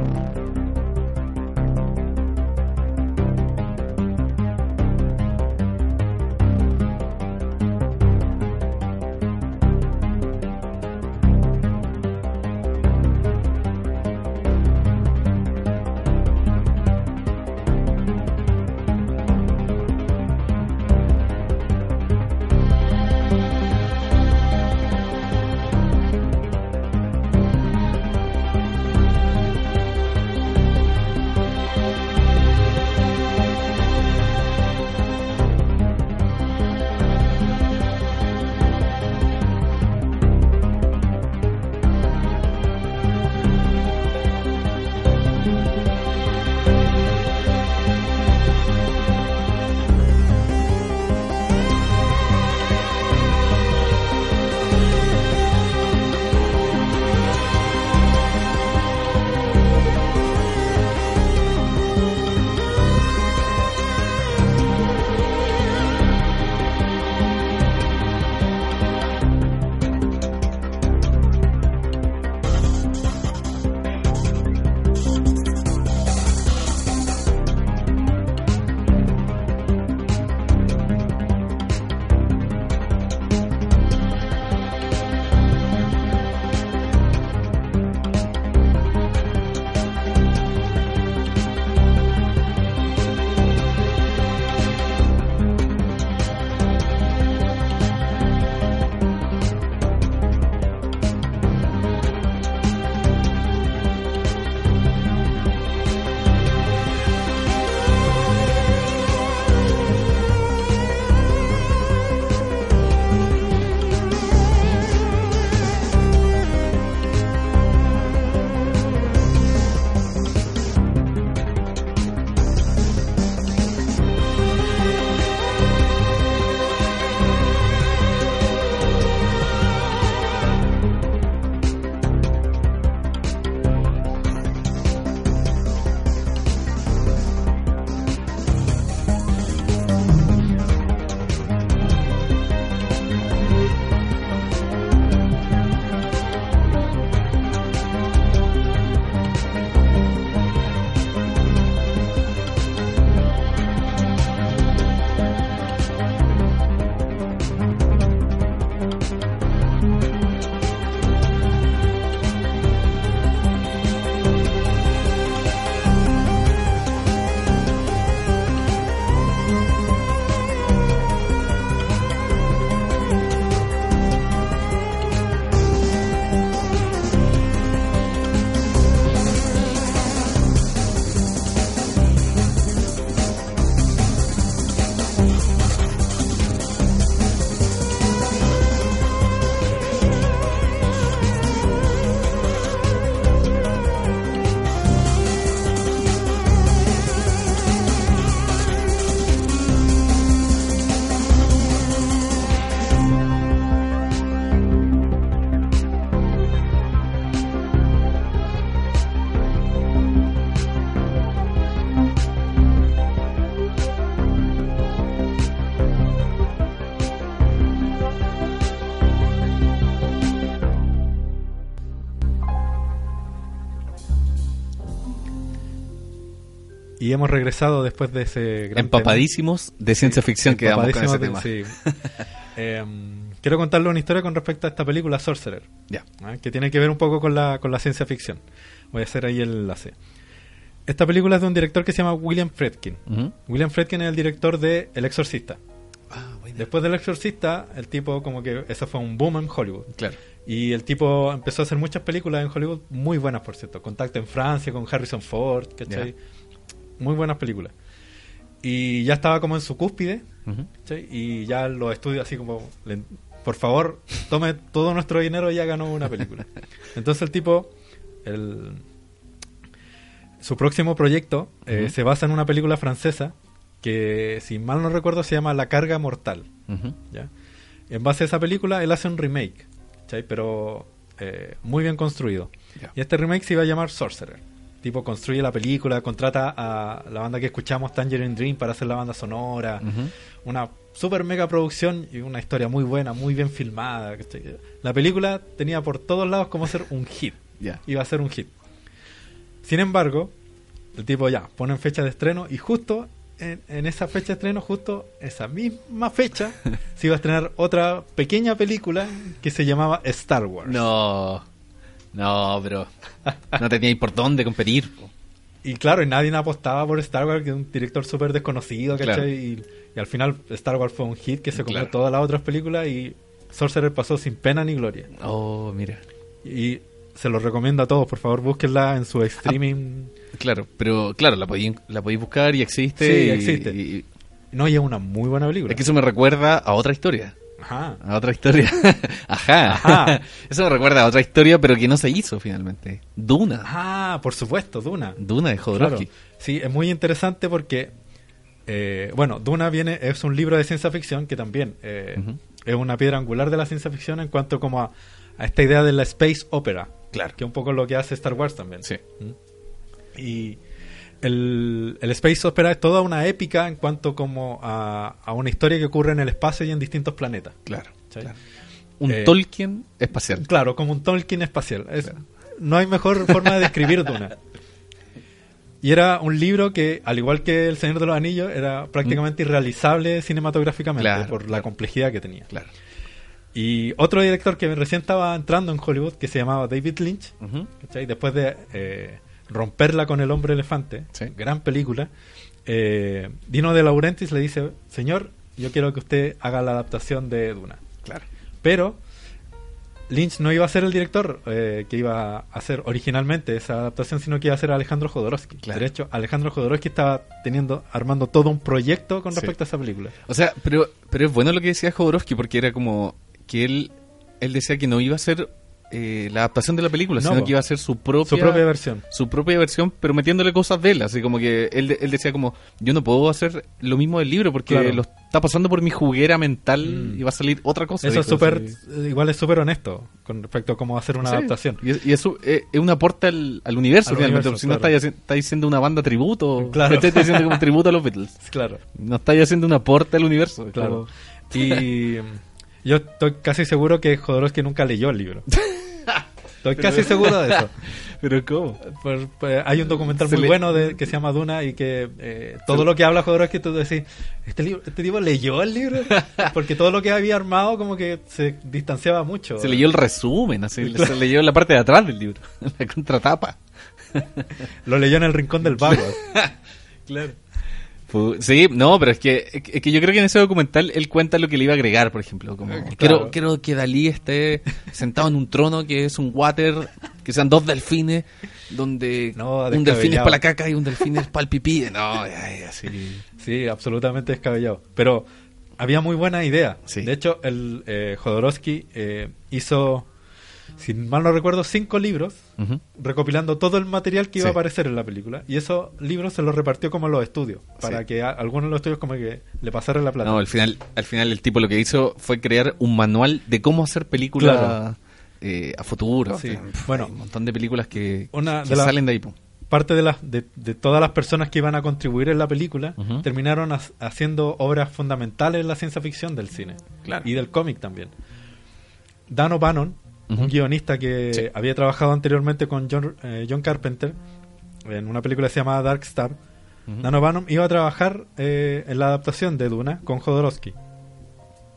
Y hemos regresado después de ese gran empapadísimos tema. De ciencia ficción que quedamos con ese tema. Sí. Quiero contarle una historia con respecto a esta película Sorcerer, que tiene que ver un poco con la ciencia ficción. Voy a hacer ahí el enlace. esta película es de un director que se llama William Friedkin. Ujú. William Friedkin es el director de El Exorcista. Ah, bueno. Después del Exorcista, el tipo como que eso fue un boom en Hollywood. Claro. Y el tipo empezó a hacer muchas películas en Hollywood, muy buenas por cierto. Contacto en Francia con Harrison Ford, ¿cachai? Muy buenas películas. Y ya estaba como en su cúspide, Ujú. ¿cachai? Y ya los estudios así como, por favor, tome todo nuestro dinero y ya ganó una película. Entonces el tipo, su próximo proyecto se basa en una película francesa que, si mal no recuerdo, se llama La Carga Mortal. Ujú. ¿Ya? En base a esa película, él hace un remake, ¿cachai? Pero muy bien construido. Ya. Y este remake se iba a llamar Sorcerer. Tipo, construye la película, contrata a la banda que escuchamos, Tangerine Dream, para hacer la banda sonora. Ujú. Una super mega producción y una historia muy buena, muy bien filmada, ¿cachai? La película tenía por todos lados como ser un hit. Ya. Iba a ser un hit. Sin embargo, el tipo ya pone fecha de estreno y justo en esa fecha de estreno, justo esa misma fecha, se iba a estrenar otra pequeña película que se llamaba Star Wars. No, pero no tenía por dónde competir. Po. Y claro, y nadie apostaba por Star Wars, que es un director súper desconocido, ¿cachai? Claro. Y al final Star Wars fue un hit que se comió Claro. todas las otras películas y Sorcerer pasó sin pena ni gloria. Oh, mira. Y se los recomiendo a todos, por favor, búsquenla en su streaming. Claro, pero claro, la podéis buscar y existe. Sí, y- existe. y- No, y es una muy buena película. es que eso me recuerda a otra historia. Ajá. A otra historia. Ajá. Ajá. Eso me recuerda a otra historia, pero que no se hizo finalmente. Duna. Ah, por supuesto, Duna. Duna de Jodorowsky. Claro. Sí, es muy interesante porque, bueno, Duna es un libro de ciencia ficción que también Ujú. es una piedra angular de la ciencia ficción en cuanto como a esta idea de la space opera. Claro. Que es un poco lo que hace Star Wars también. Sí. Y el space opera es toda una épica en cuanto como a una historia que ocurre en el espacio y en distintos planetas. Claro. ¿Sí? claro. Un Eh, Tolkien espacial. Claro, como un Tolkien espacial. No hay mejor forma de describir Duna. Y era un libro que, al igual que El Señor de los Anillos, era prácticamente irrealizable cinematográficamente Claro, por la claro. complejidad que tenía. Claro. Y otro director que recién estaba entrando en Hollywood, que se llamaba David Lynch, Ujú. ¿cachai? Después de romperla con El Hombre Elefante, Sí. gran película, Dino De Laurentiis le dice: señor, yo quiero que usted haga la adaptación de Duna. Claro. Pero Lynch no iba a ser el director que iba a hacer originalmente esa adaptación, sino que iba a ser Alejandro Jodorowsky. Claro. De hecho, Alejandro Jodorowsky estaba armando todo un proyecto con Sí. respecto a esa película. O sea, pero es bueno lo que decía Jodorowsky, porque era como que él decía que no iba a ser la adaptación de la película, No, sino po. que iba a ser su propia versión. su propia versión, pero metiéndole cosas de él, así como que él decía como, yo no puedo hacer lo mismo del libro porque Claro. lo está pasando por mi juguera mental y va a salir otra cosa. Eso es dijo, súper, así. igual es súper honesto con respecto a cómo hacer una Sí. adaptación. Y eso es un aporte al universo, Al finalmente. universo, Si no claro. estáis haciendo una banda tributo, Claro. estáis haciendo como tributo a los Beatles. Claro, No estáis haciendo un aporte al universo. es claro. como- Y yo estoy casi seguro que Jodorowsky nunca leyó el libro. Estoy casi seguro de eso. Pero ¿cómo? Pues, hay un documental Se muy le- bueno que se llama Duna y que todo lo que habla Jodorowsky tú decís, este tipo leyó el libro, porque todo lo que había armado como que se distanciaba mucho. Se leyó el resumen, así, Claro. se leyó la parte de atrás del libro, la contratapa. Lo leyó en el rincón del vago. Claro. Sí, no, pero es que yo creo que en ese documental él cuenta lo que le iba a agregar, por ejemplo. Como, Claro. quiero que Dalí esté sentado en un trono que es un water, que sean dos delfines, donde No, un delfín es descabellado. para la caca y un delfín es para el pipí. No, así. Sí, absolutamente descabellado. Pero había muy buena idea. Sí. De hecho, el Jodorowsky hizo, si mal no recuerdo, 5 libros Ujú. recopilando todo el material que iba Sí. a aparecer en la película. Y esos libros se los repartió como en los estudios, para Sí. que algunos de los estudios como que le pasaran la plata. No, al final el tipo lo que hizo fue crear un manual de cómo hacer películas Claro. a futuro. Sí. O sea, Bueno, hay un montón de películas que una que de las- salen de ahí. Po. Parte de todas las personas que iban a contribuir en la película Ujú. terminaron haciendo obras fundamentales en la ciencia ficción del cine Claro. y del cómic también. Dan O'Bannon, Ujú. un guionista que Sí. había trabajado anteriormente con John Carpenter en una película que se llamaba Dark Star. Ujú. Dan O'Bannon iba a trabajar en la adaptación de Duna con Jodorowsky.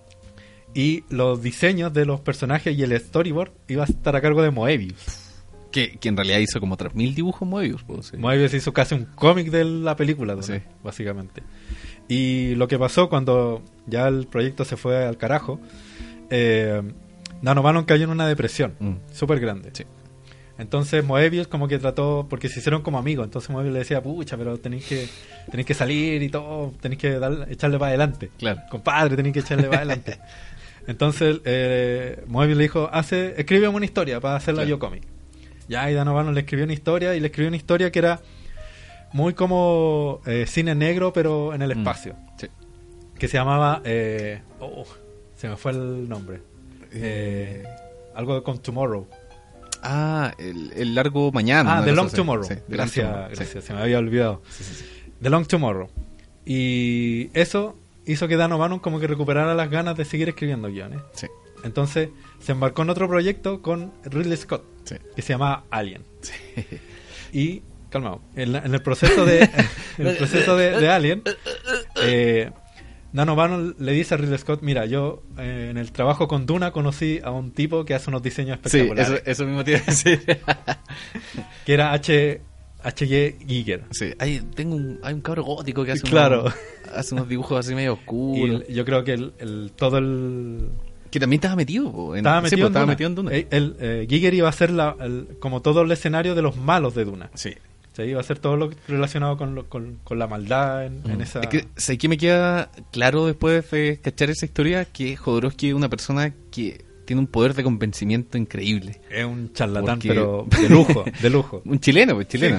Y los diseños de los personajes y el storyboard iba a estar a cargo de Moebius. Que en realidad hizo como 3.000 dibujos Moebius. Pues, sí. Moebius hizo casi un cómic de la película, Duna, Sí. básicamente. Y lo que pasó cuando ya el proyecto se fue al carajo, Dan O'Bannon cayó en una depresión súper grande. Sí. Entonces Moebius como que trató, porque se hicieron como amigos, entonces Moebius le decía, pucha, pero tenéis que salir y todo, tenéis que echarle para adelante. Claro. Compadre, tenéis que echarle para adelante. Entonces Moebius le dijo, escríbeme una historia para hacerla Claro. yo cómic. Ya, y Dan O'Bannon le escribió una historia que era muy como cine negro, pero en el espacio. Sí. Que se llamaba... se me fue el nombre. Algo con Tomorrow. El largo mañana. The una Long cosa así. Tomorrow. Sí, The Long Tomorrow, sí. Gracias, se me había olvidado. The Long Tomorrow. Y eso hizo que Dan O'Bannon como que recuperara las ganas de seguir escribiendo guiones. Sí. Entonces se embarcó en otro proyecto con Ridley Scott, Sí. que se llamaba Alien. Y, calmado, en el proceso de Alien, Dan O'Bannon le dice a Ridley Scott, mira, yo en el trabajo con Duna conocí a un tipo que hace unos diseños Sí, espectaculares, eso mismo te iba a decir. que era H.G. Giger. Sí, hay un cabro gótico que hace, Claro. hace unos dibujos así medio oscuros. Y yo creo que todo el... Que también estaba metido. Estaba metido, estaba en metido en Duna. Duna. Giger iba a ser como todo el escenario de los malos de Duna. Sí. O sea, iba a ser todo lo relacionado con la maldad en esa... Es que, ¿sabes qué me queda claro después de cachar esa historia? Que Jodorowsky es una persona que tiene un poder de convencimiento increíble. Es un charlatán, Porque- pero de lujo, de lujo. Un chileno, pues chileno.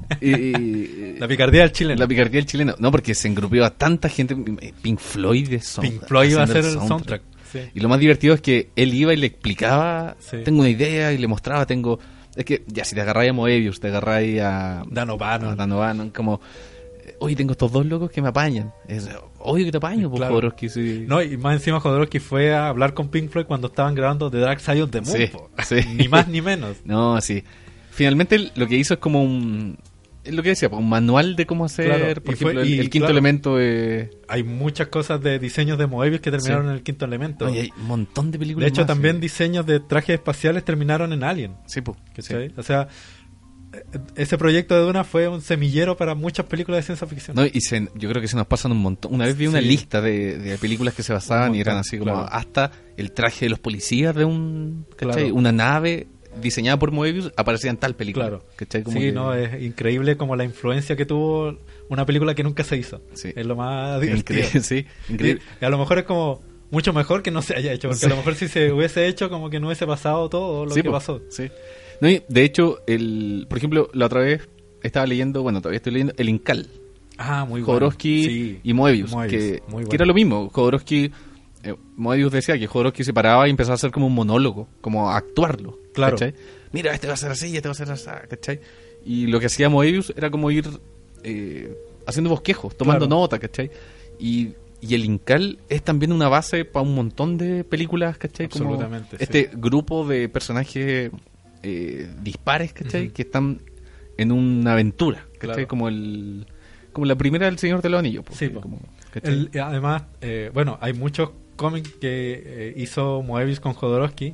La picardía del chileno. La picardía del chileno. No, porque se engrupió a tanta gente. Pink Floyd de Pink Floyd iba a haciendo ser el soundtrack. Sí. Y lo más divertido es que él iba y le explicaba, Sí. tengo una idea, y le mostraba, es que ya si te agarráis a Moebius, te agarráis a Dan O'Bannon. Dan O'Bannon, como, oye, tengo estos dos locos que me apañan. Es obvio que te apaño, pues, Claro. Jodorowsky, sí. No, y más encima Jodorowsky fue a hablar con Pink Floyd cuando estaban grabando The Dark Side of the Moon. Sí, po. sí. Ni más ni menos. No, sí. Finalmente lo que hizo es como es lo que decía, un manual de cómo hacer, Claro, por y fue- ejemplo, y el quinto claro. elemento. Hay muchas cosas de diseños de Moebius que terminaron Sí. en el Quinto Elemento. No, y hay un montón de películas De hecho, más, también sí. diseños de trajes espaciales terminaron en Alien. Sí, pues. ¿Cachai? O sea, ese proyecto de Duna fue un semillero para muchas películas de ciencia ficción. No, yo creo que se nos pasan un montón. Una vez vi una Sí. lista de películas que se basaban Un y eran montón, así como claro. hasta el traje de los policías de ¿cachai? Claro. Una nave diseñada por Moebius aparecía en tal película. Claro. ¿Cachai? Como Sí, que- no, es increíble como la influencia que tuvo una película que nunca se hizo. Sí. Es lo más divertido. Increíble, sí, increíble. Y a lo mejor es como mucho mejor que no se haya hecho, porque Sí. a lo mejor si se hubiese hecho como que no hubiese pasado todo lo Sí, que po, pasó. sí. No, y de hecho, por ejemplo, la otra vez estaba leyendo, bueno, todavía estoy leyendo El Incal. Ah, muy bueno. Jodorowsky Sí. y Moebius, Moebius, que, muy bueno. que era lo mismo. Jodorowsky, Moebius decía que Jodorowsky se paraba y empezaba a hacer como un monólogo, como a actuarlo. Claro. ¿Cachai? Mira, este va a ser así, este va a ser así, ¿cachai? Y lo que hacía Moebius era como ir haciendo bosquejos, tomando Claro. nota, ¿cachai? Y el Incal es también una base para un montón de películas, ¿cachai? Como Absolutamente, sí. este grupo de personajes dispares, ¿cachai? Ujú. Que están en una aventura, ¿cachai? Claro. Como la primera del Señor de los Anillos. Sí, po. ¿cachai? Además, bueno, hay muchos cómics que hizo Moebius con Jodorowsky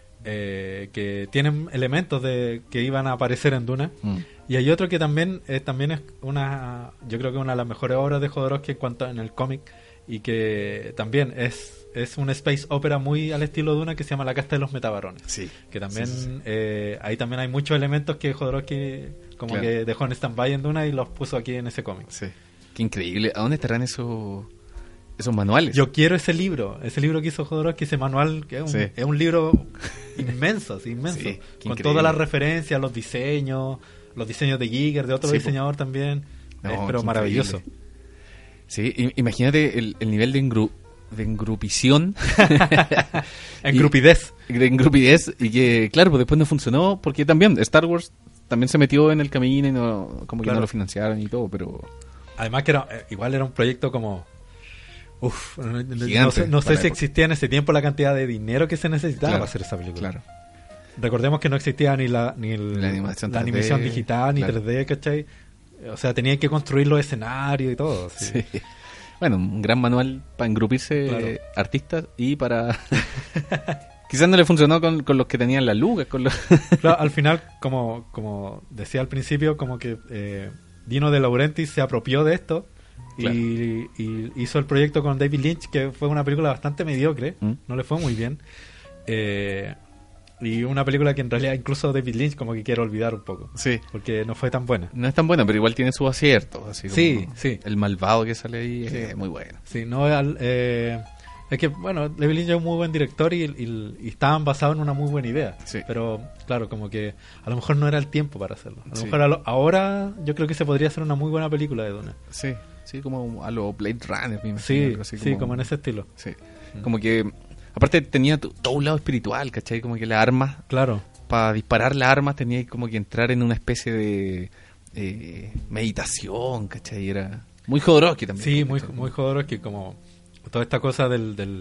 que tienen elementos que iban a aparecer en Duna. Mm. Y hay otro que también es yo creo que una de las mejores obras de Jodorowsky en el cómic, y que también es un space opera muy al estilo de Duna, que se llama La Casta de los Metabarones. Sí. Que también Sí, sí, sí. ahí también hay muchos elementos que Jodorowsky como Claro. que dejó en stand-by en Duna y los puso aquí en ese cómic. Sí. Qué increíble. ¿A dónde estarán esos manuales? Yo quiero ese libro que hizo Jodorowsky, ese manual, que Sí. es un libro inmenso, inmenso, Sí, qué con increíble. todas las referencias, los diseños de Giger, de otro Sí, po. diseñador también, No, pero qué maravilloso. Sí, imagínate el nivel de engrupición, Engrupidez. de engrupidez, y que, claro, pues después no funcionó, porque también Star Wars también se metió en el camino y como que Claro. no lo financiaron y todo, pero... Además que igual era un proyecto como... no Gigante sé, no para sé la si época. existía en ese tiempo la cantidad de dinero que se necesitaba Claro, para hacer esa película. Claro. Recordemos que no existía ni la animación la 3D, animación digital, ni claro. 3D, ¿cachai? O sea, tenían que construir los escenarios y todo. Sí. Sí. Bueno, un gran manual para engrupirse Claro. artistas y para Quizás no le funcionó con los que tenían las lucas. Claro, al final, como decía al principio, como que Dino De Laurentiis se apropió de esto y hizo el proyecto con David Lynch, que fue una película bastante mediocre, no le fue muy bien. Y una película que en realidad incluso David Lynch como que quiere olvidar un poco. Sí. Porque no fue tan buena. No es tan buena, pero igual tiene sus aciertos. Así Sí, como sí. El malvado que sale ahí es muy bueno. Sí, no, es que, bueno, David Lynch es un muy buen director y estaban basados en una muy buena idea. Sí. Pero, claro, como que a lo mejor no era el tiempo para hacerlo. A lo Sí. mejor ahora yo creo que se podría hacer una muy buena película de Duna. Sí, sí, como a los Blade Runner. Me imagino, Sí, algo así sí, como en ese estilo. Sí. Como que, aparte tenía todo un lado espiritual, ¿cachai? Como que las armas, Claro. para disparar las armas tenía como que entrar en una especie de meditación, ¿cachai? Era muy Jodorowsky también. Sí, muy, ¿cachai? muy Jodorowsky, como toda esta cosa de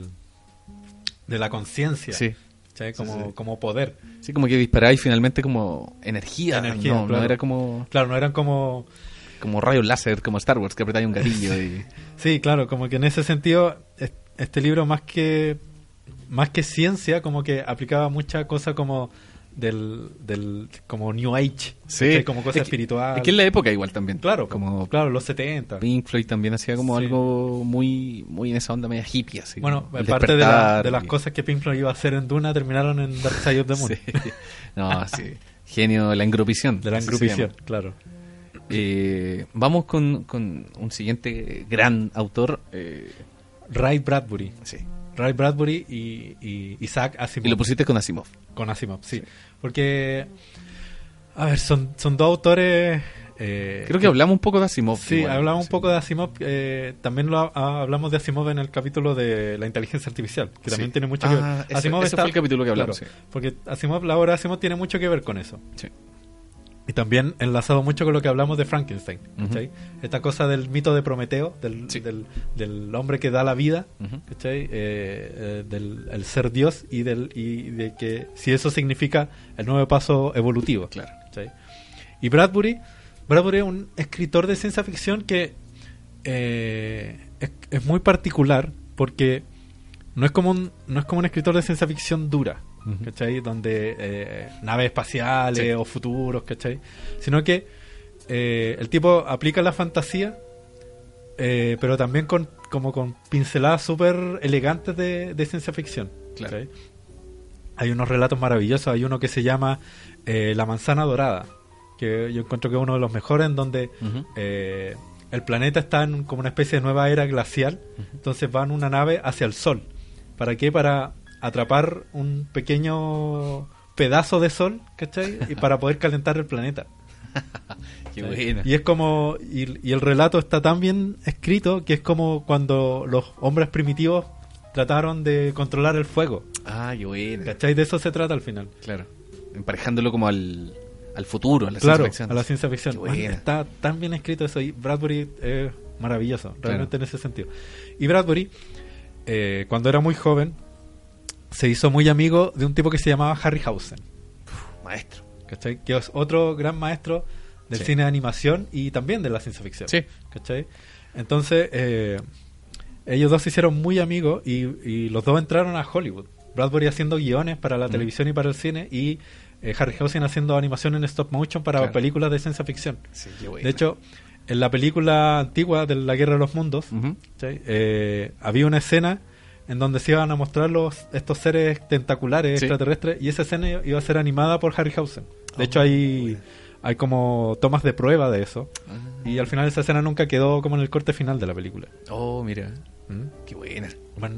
la conciencia. Sí. ¿Cachai? Como, Sí. como poder. Sí, como que disparaba y finalmente como energía. Energía, no, claro. no era como Claro, no eran como... rayos láser, como Star Wars, que apretáis un gatillo y... Sí, claro, como que en ese sentido este libro más que ciencia, como que aplicaba mucha cosa como del como New Age, Sí. ¿cachai? Como cosa Es que- espiritual. Es que en la época igual también. Claro, como claro, los 70. Pink Floyd también hacía como Sí. algo muy muy en esa onda media hippie, así. Bueno, como el parte despertar de las y- cosas que Pink Floyd iba a hacer en Duna terminaron en Dark Side of the Moon. Sí. No, sí. Genio de la engrupición. De la así se engrupición, llama. claro. Vamos con un siguiente gran autor. Ray Bradbury. Sí. Ray Bradbury y Isaac Asimov. Y lo pusiste con Asimov. Con Asimov, sí. Porque, a ver, son dos autores... Creo que hablamos un poco de Asimov. Sí, igual, hablamos un sí. poco de Asimov. También hablamos de Asimov en el capítulo de la inteligencia artificial, que también Sí. tiene mucho que ver. Ese fue el capítulo que hablamos. claro, porque Asimov, la obra de Asimov tiene mucho que ver con eso. Sí. Y también enlazado mucho con lo que hablamos de Frankenstein. ¿Cachai? Esta cosa del mito de Prometeo, Sí. del hombre que da la vida, Ujú. ¿cachai? Del el ser Dios y de que si eso significa el nuevo paso evolutivo. Claro. ¿Cachai? Y Bradbury es un escritor de ciencia ficción que es muy particular porque no es como un escritor de ciencia ficción dura, Ujú. ¿cachai? Donde naves espaciales Sí. o futuros, ¿cachai? Sino que el tipo aplica la fantasía, pero también con pinceladas súper elegantes de ciencia ficción. Claro. ¿cachai? Hay unos relatos maravillosos. Hay uno que se llama La manzana dorada, que yo encuentro que es uno de los mejores, en donde Ujú. el planeta está en como una especie de nueva era glacial. Entonces va en una nave hacia el sol. ¿Para qué? Para atrapar un pequeño pedazo de sol, ¿cachai? Y para poder calentar el planeta. Qué ¿cachai? buena. Y es como y el relato está tan bien escrito que es como cuando los hombres primitivos trataron de controlar el fuego. Ah, qué buena. ¿Cachai? De eso se trata al final. Claro. Emparejándolo como al futuro, a la Claro, ciencia ficción. a la ciencia ficción. Qué buena. Está tan bien escrito eso. Y Bradbury es maravilloso, realmente en ese sentido. Y Bradbury, cuando era muy joven, se hizo muy amigo de un tipo que se llamaba Harryhausen, Maestro. ¿cachai? Que es otro gran maestro del Sí. cine de animación y también de la ciencia ficción. Sí. ¿Cachai? Entonces, ellos dos se hicieron muy amigos y los dos entraron a Hollywood. Bradbury haciendo guiones para la televisión y para el cine, y Harryhausen haciendo animación en stop motion para Claro. películas de ciencia ficción. Sí, qué buena. De hecho, en la película antigua de La Guerra de los Mundos, Ujú. ¿cachai? Había una escena en donde se iban a mostrar estos seres tentaculares Sí. extraterrestres, y esa escena iba a ser animada por Harryhausen. De hecho, hay como tomas de prueba de eso, y al final esa escena nunca quedó como en el corte final de la película. Oh, mira. ¿Mm? Qué buena.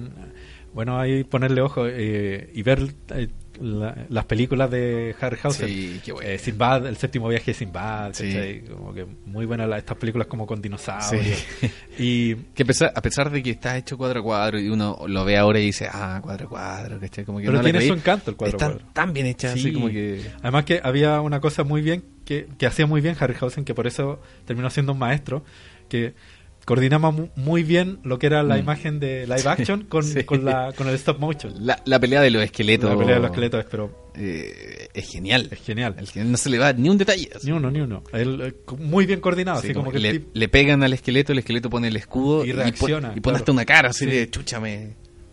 Bueno, ahí ponerle ojo y ver las películas de Harryhausen. Sí, qué bueno. Sinbad, el séptimo viaje de Sinbad, Sí. ¿cachai? Como que muy buenas estas películas como con dinosaurios. Sí. Y Que a pesar de que está hecho cuadro a cuadro y uno lo ve ahora y dice, cuadro a cuadro, ¿cachai? Como que pero no la tiene creí. su encanto el cuadro a Está cuadro. tan bien hecha, Sí. así como que... Además que había una cosa muy bien que hacía muy bien Harryhausen, que por eso terminó siendo un maestro, que coordinaba muy bien lo que era la imagen de live action con Sí. con el stop motion. La pelea de los esqueletos... La pelea de los esqueletos, pero es genial. es genial. Al que no se le va ni un detalle. así. Ni uno. Muy bien coordinado, Sí, así como que el le pegan al esqueleto, el esqueleto pone el escudo Y reacciona, y pone hasta claro. una cara así Sí. de chúchame.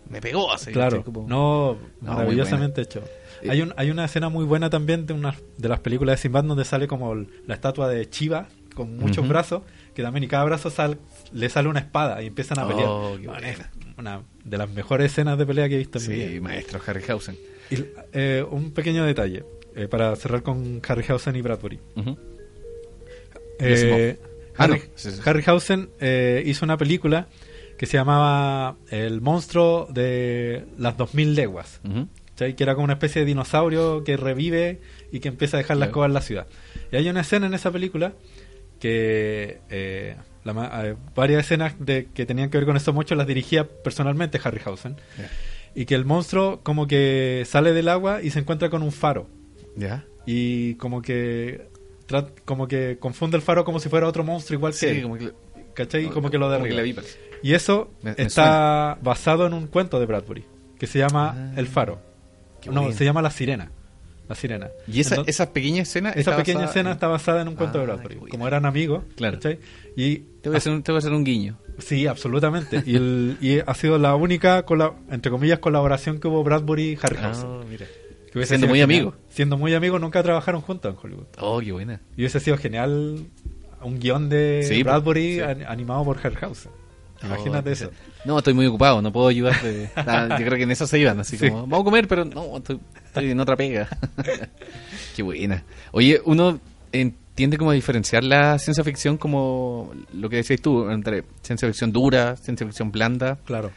me pegó así. Claro, como... no, No, maravillosamente hecho. Hay una escena muy buena también de una de las películas de Sinbad donde sale como la estatua de Chiva con muchos Ujú. brazos, que también y cada brazo le sale una espada y empiezan a pelear. Oh, qué Bueno, buena. es una de las mejores escenas de pelea que he visto en mi Sí, vida. maestro Harryhausen. Y, un pequeño detalle para cerrar con Harryhausen y Bradbury. Ujú. Eh, Ah, no. Harry- Sí, sí. Harryhausen hizo una película que se llamaba El monstruo de las 2000 leguas. Ujú. ¿Cachai? Que era como una especie de dinosaurio que revive y que empieza a dejar las Claro. cosas en la ciudad. Y hay una escena en esa película que varias escenas que tenían que ver con estos monstruos las dirigía personalmente Harryhausen. Ya. Y que el monstruo como que sale del agua y se encuentra con un faro. ¿Ya? Y como que confunde el faro como si fuera otro monstruo igual que Sí, él. como que... ¿Cachai? Y como que lo derriba. la vi, parece. Y eso Me está basado en un cuento de Bradbury que se llama Ah, El Faro. qué No, bueno. se llama La Sirena. La Sirena. Y esa, Entonces, esa pequeña escena... esa está pequeña basada escena en- está basada en un cuento de Ah, Bradbury. qué buena. Como eran amigos. Claro. ¿Cachai? Y Te voy a hacer un guiño. sí, absolutamente. Y ha sido la única, entre comillas, colaboración que hubo Bradbury y Harryhausen. mira. Que hubiese Siendo sido muy genial. amigos. Siendo muy amigos, nunca trabajaron juntos en Hollywood. Oh, qué buena. Y hubiese sido genial un guión de Sí, Bradbury sí. animado por Harryhausen. Imagínate Oh, eso. No, estoy muy ocupado, no puedo ayudarte. Yo creo que en eso se iban, así Sí. como, vamos a comer, pero no, estoy en otra pega. Qué buena. Oye, uno entiende cómo diferenciar la ciencia ficción como lo que decías tú, entre ciencia ficción dura, ciencia ficción blanda. Claro.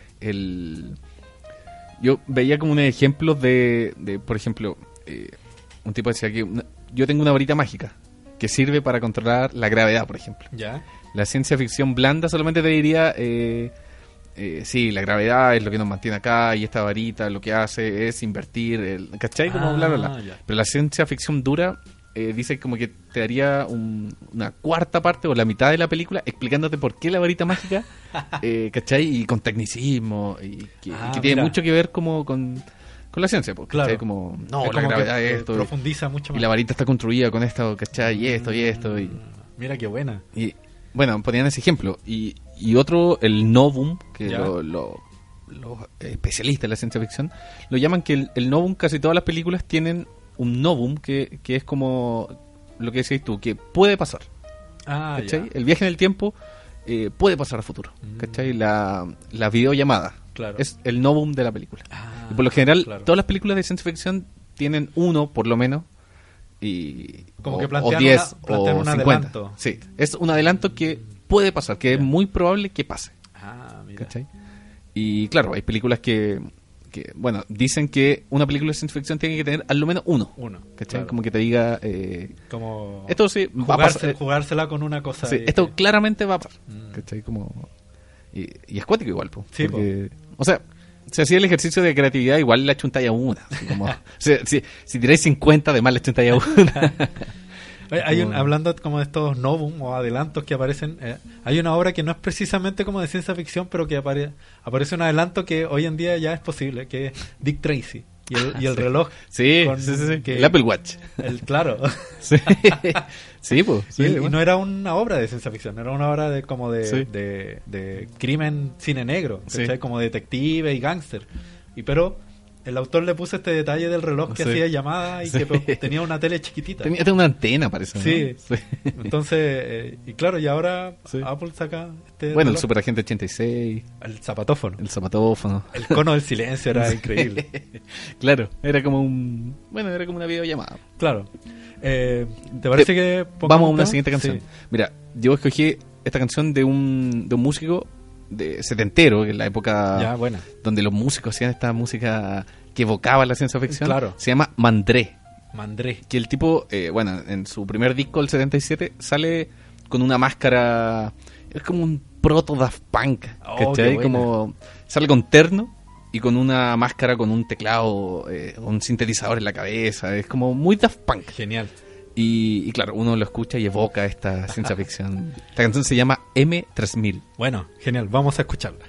Yo veía como unos ejemplos de por ejemplo, un tipo decía que yo tengo una varita mágica que sirve para controlar la gravedad, por ejemplo. Ya. La ciencia ficción blanda solamente te diría, sí, la gravedad es lo que nos mantiene acá y esta varita lo que hace es invertir, ¿cachai? Como bla, bla, bla. Ya. Pero la ciencia ficción dura dice como que te daría una cuarta parte o la mitad de la película explicándote por qué la varita mágica, ¿cachai? Y con tecnicismo y que tiene mira. mucho que ver como con la ciencia, porque Claro. como, no, Es la como gravedad que, es esto. profundiza mucho Y más. la varita está construida con esto, ¿cachai? Y esto, y esto. Mira qué buena. Y bueno, ponían ese ejemplo. Y otro, el novum, que Ya. los especialistas en la ciencia ficción lo llaman que el novum, casi todas las películas tienen un novum que es como lo que decías tú, que puede pasar. ¿Cachai? Ya. El viaje en el tiempo puede pasar a futuro. ¿Cachai? La videollamada Claro. es el novum de la película. Ah, Y por lo general, claro. todas las películas de ciencia ficción tienen uno, por lo menos, y Como o- que o plantean 10 plantean o un 50. adelanto. Sí, es un adelanto que puede pasar, que es muy probable que pase. Ah, mira. ¿Cachai? Y claro, hay películas que, bueno, dicen que una película de ciencia ficción tiene que tener al menos uno. Uno. ¿Cachai? claro. Como que te diga, Como esto sí va a pasar. jugársela con una cosa. Sí, ahí esto que- claramente va a pasar. Mm. ¿Cachai? Como, y es cuático igual, po, Sí, porque, o sea, si hacía el ejercicio de creatividad, igual le achuntáis a una. Así como, o sea, si tiráis 50, además le achuntáis a una. Hablando como de estos novum o adelantos que aparecen, hay una obra que no es precisamente como de ciencia ficción, pero que aparece un adelanto que hoy en día ya es posible, que es Dick Tracy y el reloj. Sí, con- sí, sí, sí. que- El Apple Watch. Claro. Sí, sí, pues. Sí, y bueno. no era una obra de ciencia ficción, era una obra de como de, Sí. de crimen cine negro, Sí. ¿cachai? Como detective y gángster. Y pero el autor le puso este detalle del reloj que Sí. hacía llamada y Sí. que tenía una tele chiquitita. Tenía una antena, parece. ¿no? Sí. Sí. Entonces, y claro, y ahora Sí. Apple saca este Bueno, el reloj. Superagente 86, El zapatófono. el zapatófono. El cono del silencio era increíble. Claro, era como era como una videollamada. Claro. ¿Te parece que pongamos Vamos a un una tema? siguiente canción. Sí. Mira, yo escogí esta canción de un músico setentero, en la época Ya, buena. donde los músicos hacían esta música que evocaba la ciencia ficción. Claro. Se llama Mandré. Mandré. Que el tipo, en su primer disco, el 77, sale con una máscara. Es como un proto Daft Punk. Oh, ¿Cachai? qué buena. Como sale con terno y con una máscara con un teclado, un sintetizador en la cabeza. Es como muy Daft Punk. Genial. Y claro, uno lo escucha y evoca esta ciencia ficción. Esta canción se llama M3000. Bueno, genial. Vamos a escucharla.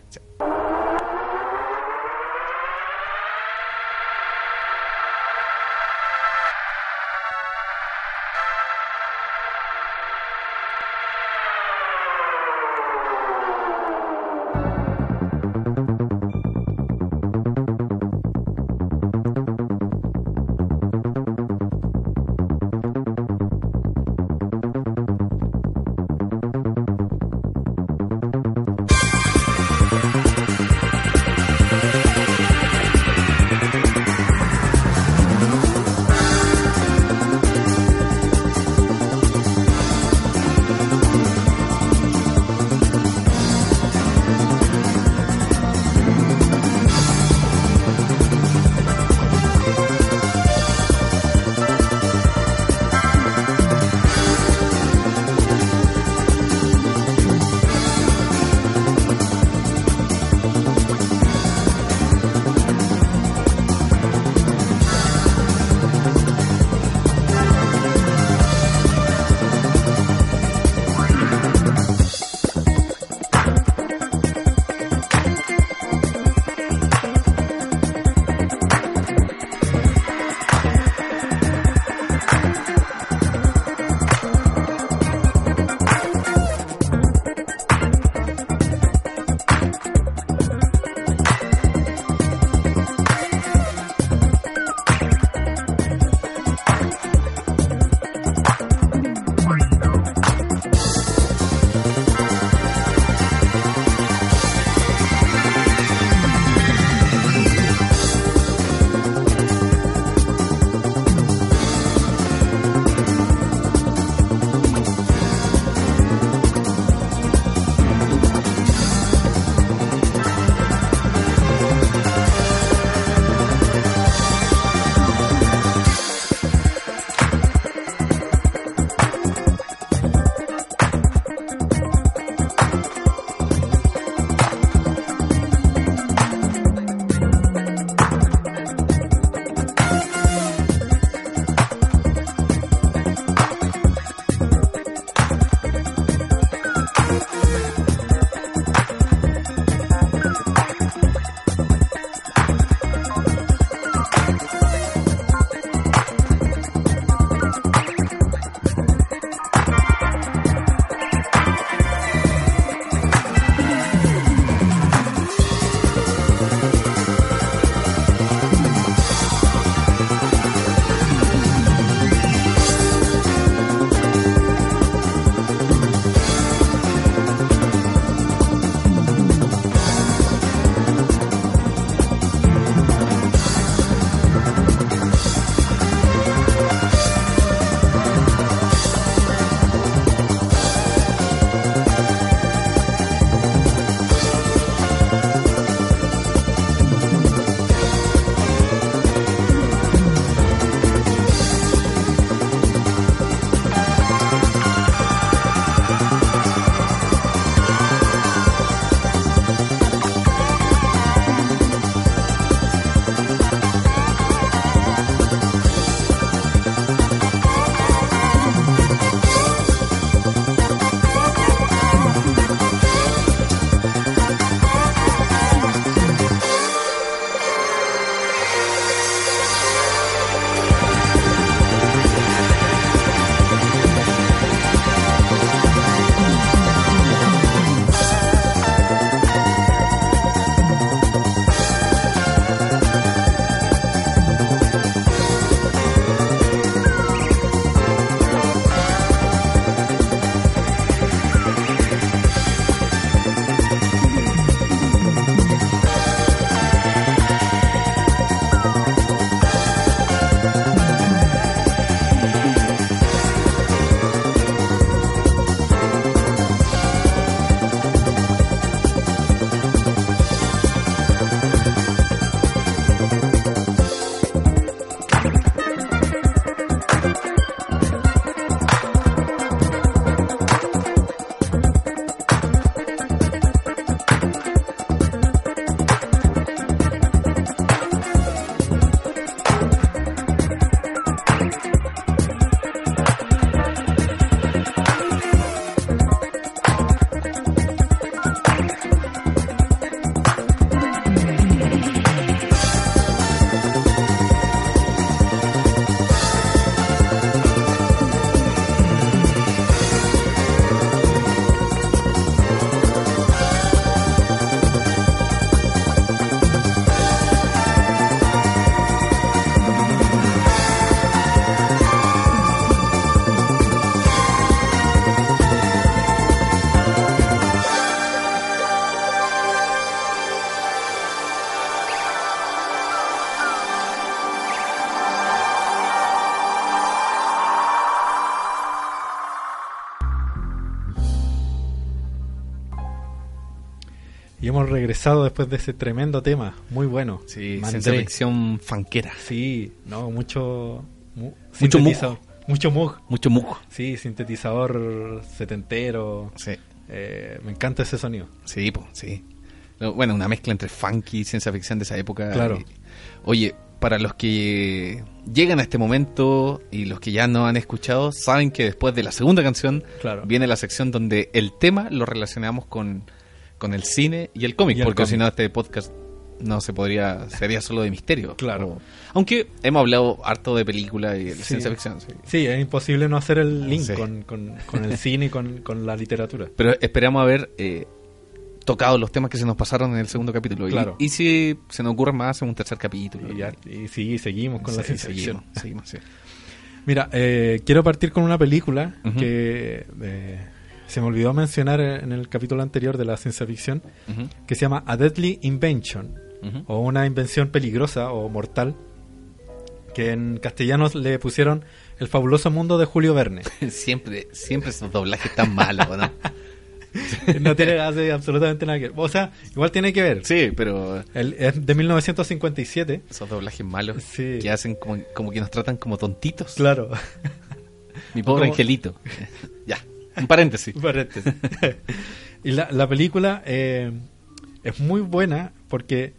Y hemos regresado después de ese tremendo tema, muy bueno. Sí, Mandré. ciencia ficción funkera. Sí, no, mucho Mucho sintetizador. Mucho Moog. Mucho Moog. Sí, sintetizador setentero. Sí, Me encanta ese sonido. sí, po, sí. Bueno, una mezcla entre funky y ciencia ficción de esa época. Claro. Oye, para los que llegan a este momento y los que ya no han escuchado, saben que después de la segunda canción Claro. viene la sección donde el tema lo relacionamos con el cine y el cómic, Y el porque cómic. si no este podcast no se podría, sería solo de misterio. Claro. Aunque hemos hablado harto de película y de Sí. ciencia ficción, sí. Sí, es imposible no hacer el link Sí. con el cine y con la literatura. Pero esperamos haber tocado los temas que se nos pasaron en el segundo capítulo. Claro. Y si se nos ocurre más en un tercer capítulo. Y sí, seguimos con la Sí, ciencia ficción. seguimos, sí. Mira, quiero partir con una película Ujú. que se me olvidó mencionar en el capítulo anterior de la ciencia ficción, Ujú, que se llama A Deadly Invention, ujú. o una invención peligrosa o mortal, que en castellano le pusieron El fabuloso mundo de Julio Verne. Siempre esos doblajes tan malos, ¿no? No tiene hace absolutamente nada que ver. O sea, igual tiene que ver. Sí, pero Es de 1957. esos doblajes malos Sí. que hacen como que nos tratan como tontitos. Claro. Mi pobre Como- angelito. Ya, un paréntesis. Paréntesis. Y la película es muy buena porque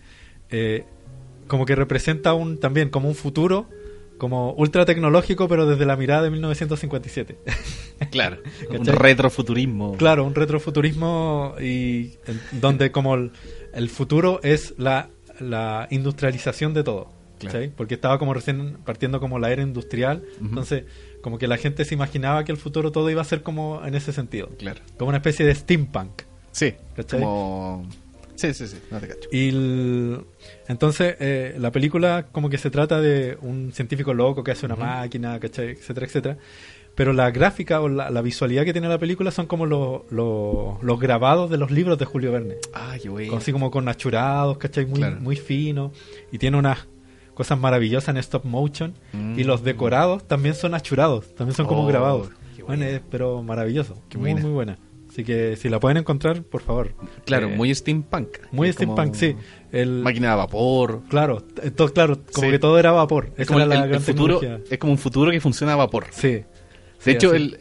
como que representa también como un futuro como ultra tecnológico, pero desde la mirada de 1957. Claro, un ¿Cachai? retrofuturismo. Claro, un retrofuturismo donde como el futuro es la industrialización de todo. Claro. ¿cachai? Porque estaba como recién partiendo como la era industrial, Ujú. entonces como que la gente se imaginaba que el futuro todo iba a ser como en ese sentido, Claro. como una especie de steampunk. Sí, ¿Cachai? como... Sí, no te cacho. Y entonces la película como que se trata de un científico loco que hace una máquina, ¿cachai? Etcétera, etcétera. Pero la gráfica o la visualidad que tiene la película son como los grabados de los libros de Julio Verne. Ah, qué bueno. Así como con achurados, ¿cachai? Muy, Claro. muy fino. Y tiene unas cosas maravillosas en stop motion. Mm. Y los decorados también son achurados, también son como Oh, grabados. qué Bueno, buena. pero maravilloso. Qué muy, buena. muy buena. Así que si la pueden encontrar, por favor. Claro, Eh, muy steampunk. muy Es como steampunk, sí. Máquina de vapor. Claro, claro, como Sí. que todo era vapor. Es Esa como era la el gran futuro, tecnología. es como un futuro que funciona a vapor. Sí. De hecho, así.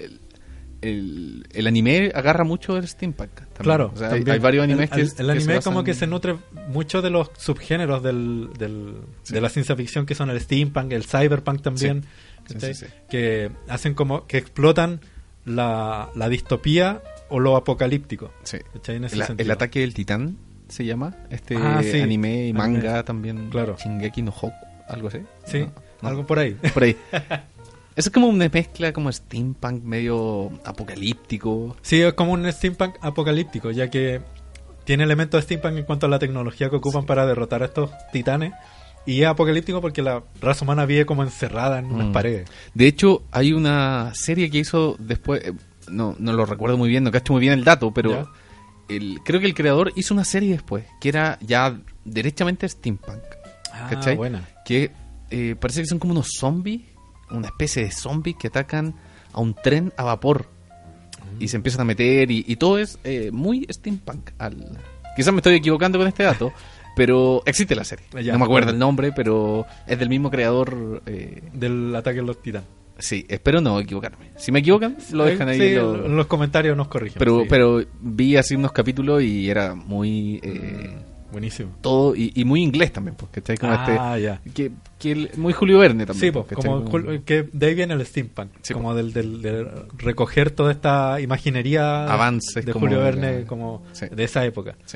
el anime agarra mucho del steampunk. también. Claro, O sea, también. hay varios animes que el anime basan- como que se nutre mucho de los subgéneros Sí. de la ciencia ficción, que son el steampunk, el cyberpunk también, Sí, ¿cachai? sí, sí. Que hacen como que explotan la distopía o lo apocalíptico, Sí. ¿cachai? En ese El sentido. ataque del titán se llama este Sí. anime y manga Anime. también. Claro. Shingeki no Hoku, algo así. Sí, No. algo por ahí. Por ahí. Eso es como una mezcla como steampunk medio apocalíptico. Sí, es como un steampunk apocalíptico, ya que tiene elementos de steampunk en cuanto a la tecnología que ocupan para derrotar a estos titanes. Y es apocalíptico porque la raza humana vive como encerrada en unas paredes. De hecho, hay una serie que hizo después, no lo recuerdo muy bien, no cacho muy bien el dato, pero Ya. creo que el creador hizo una serie después, que era ya derechamente steampunk. ¿Cachai? Buena. Que parece que son como unos zombies, una especie de zombies que atacan a un tren a vapor. Y se empiezan a meter y todo es muy steampunk. Quizás me estoy equivocando con este dato, pero existe la serie. Ya. No me acuerdo el nombre, pero es del mismo creador. Del ataque de los titanes. Sí, espero no equivocarme. Si me equivocan, lo dejan ahí. Sí, en los comentarios nos corrigen. Sí. Pero vi así unos capítulos y era muy... Buenísimo. todo y muy inglés también, porque está como Ya. muy Julio Verne también. Sí, pues, ¿cachai? como que de ahí viene el steampunk, Sí, como de recoger toda esta imaginería Avances de como Julio de Verne, la- como Sí. de esa época. Sí.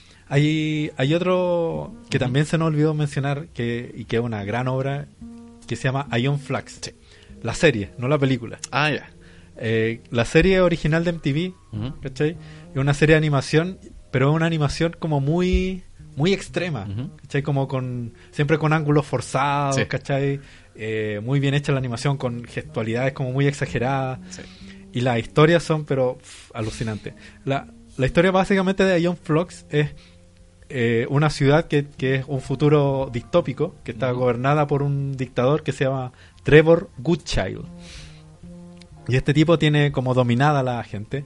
Hay otro que también se nos olvidó mencionar y que es una gran obra que se llama Ion Flux. Sí. La serie, no la película. Ah, ya. La serie original de MTV, Ujú. ¿cachai? Es una serie de animación, pero es una animación como muy extrema, Ujú. ¿cachai? Como siempre con ángulos forzados, Sí. ¿cachai? Muy bien hecha la animación, con gestualidades como muy exageradas. Sí. Y las historias son, pero alucinantes. La historia básicamente de Ion Flux es una ciudad que es un futuro distópico, que está gobernada por un dictador que se llama Trevor Goodchild. Y este tipo tiene como dominada a la gente.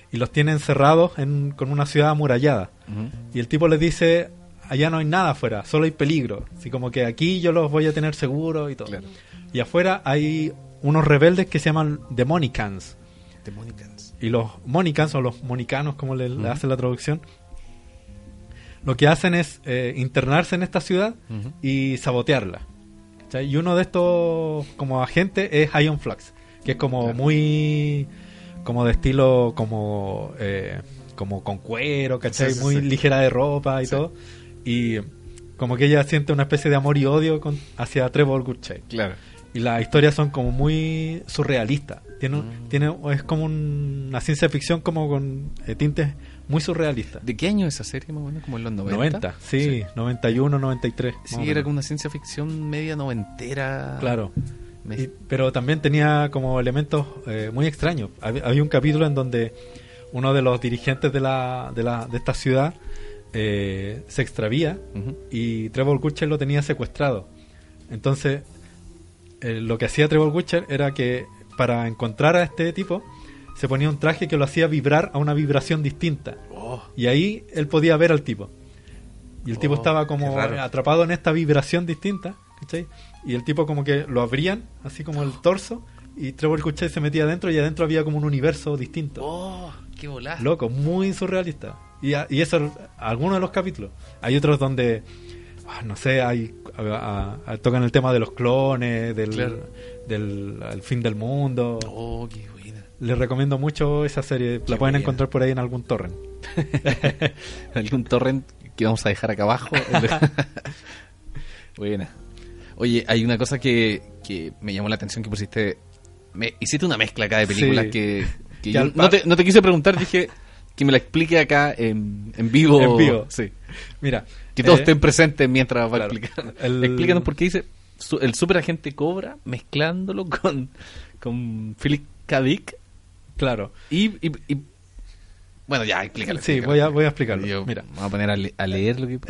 y los tiene encerrados con una ciudad amurallada. Y el tipo les dice, allá no hay nada afuera, solo hay peligro. Así como que aquí yo los voy a tener seguros y todo. Claro. Y afuera hay unos rebeldes que se llaman Demonicans. Y los Monicans, o los monicanos, como le hace la traducción, lo que hacen es internarse en esta ciudad y sabotearla. ¿Cachai? Y uno de estos como agentes es Iron Flux, que es como muy... como de estilo como con cuero, ¿cachai? Sí, muy ligera de ropa y todo. Y como que ella siente una especie de amor y odio hacia Trevor Gurchay. Claro. Y las historias son como muy surrealistas. Es como una ciencia ficción como con tintes muy surrealistas. ¿De qué año es esa serie, más o menos? ¿Como en los 90? 90, sí, 91, 93. Sí, era como una ciencia ficción media noventera. Claro. Pero también tenía como elementos muy extraños. Había un capítulo en donde uno de los dirigentes de esta ciudad se extravía y Trevor Gurchay lo tenía secuestrado. Entonces, lo que hacía Trevor Gurchay era que para encontrar a este tipo se ponía un traje que lo hacía vibrar a una vibración distinta. Y ahí él podía ver al tipo. Y el tipo estaba como atrapado en esta vibración distinta, ¿cachai? Y el tipo como que lo abrían, así como el torso, y Trevor Gurchay se metía adentro y adentro había como un universo distinto. ¡Oh! ¡Qué volada! Loco, muy surrealista. Y eso, algunos de los capítulos. Hay otros donde, no sé, tocan el tema de los clones, del fin del mundo. ¡Oh, qué buena! Les recomiendo mucho esa serie. La pueden encontrar por ahí en algún torrent. Algún torrent que vamos a dejar acá abajo. Buena. Oye, hay una cosa que me llamó la atención que pusiste. Hiciste una mezcla acá de películas que yo no te quise preguntar, dije que me la explique acá en vivo. En vivo. Sí. Mira. Que todos estén presentes mientras va claro, explicando. Explícanos por qué dice el superagente Cobra mezclándolo con Philip K. Dick. Claro. Y bueno, ya, explícalo. Sí, voy a explicarlo. Mira. Vamos a poner a leer lo que...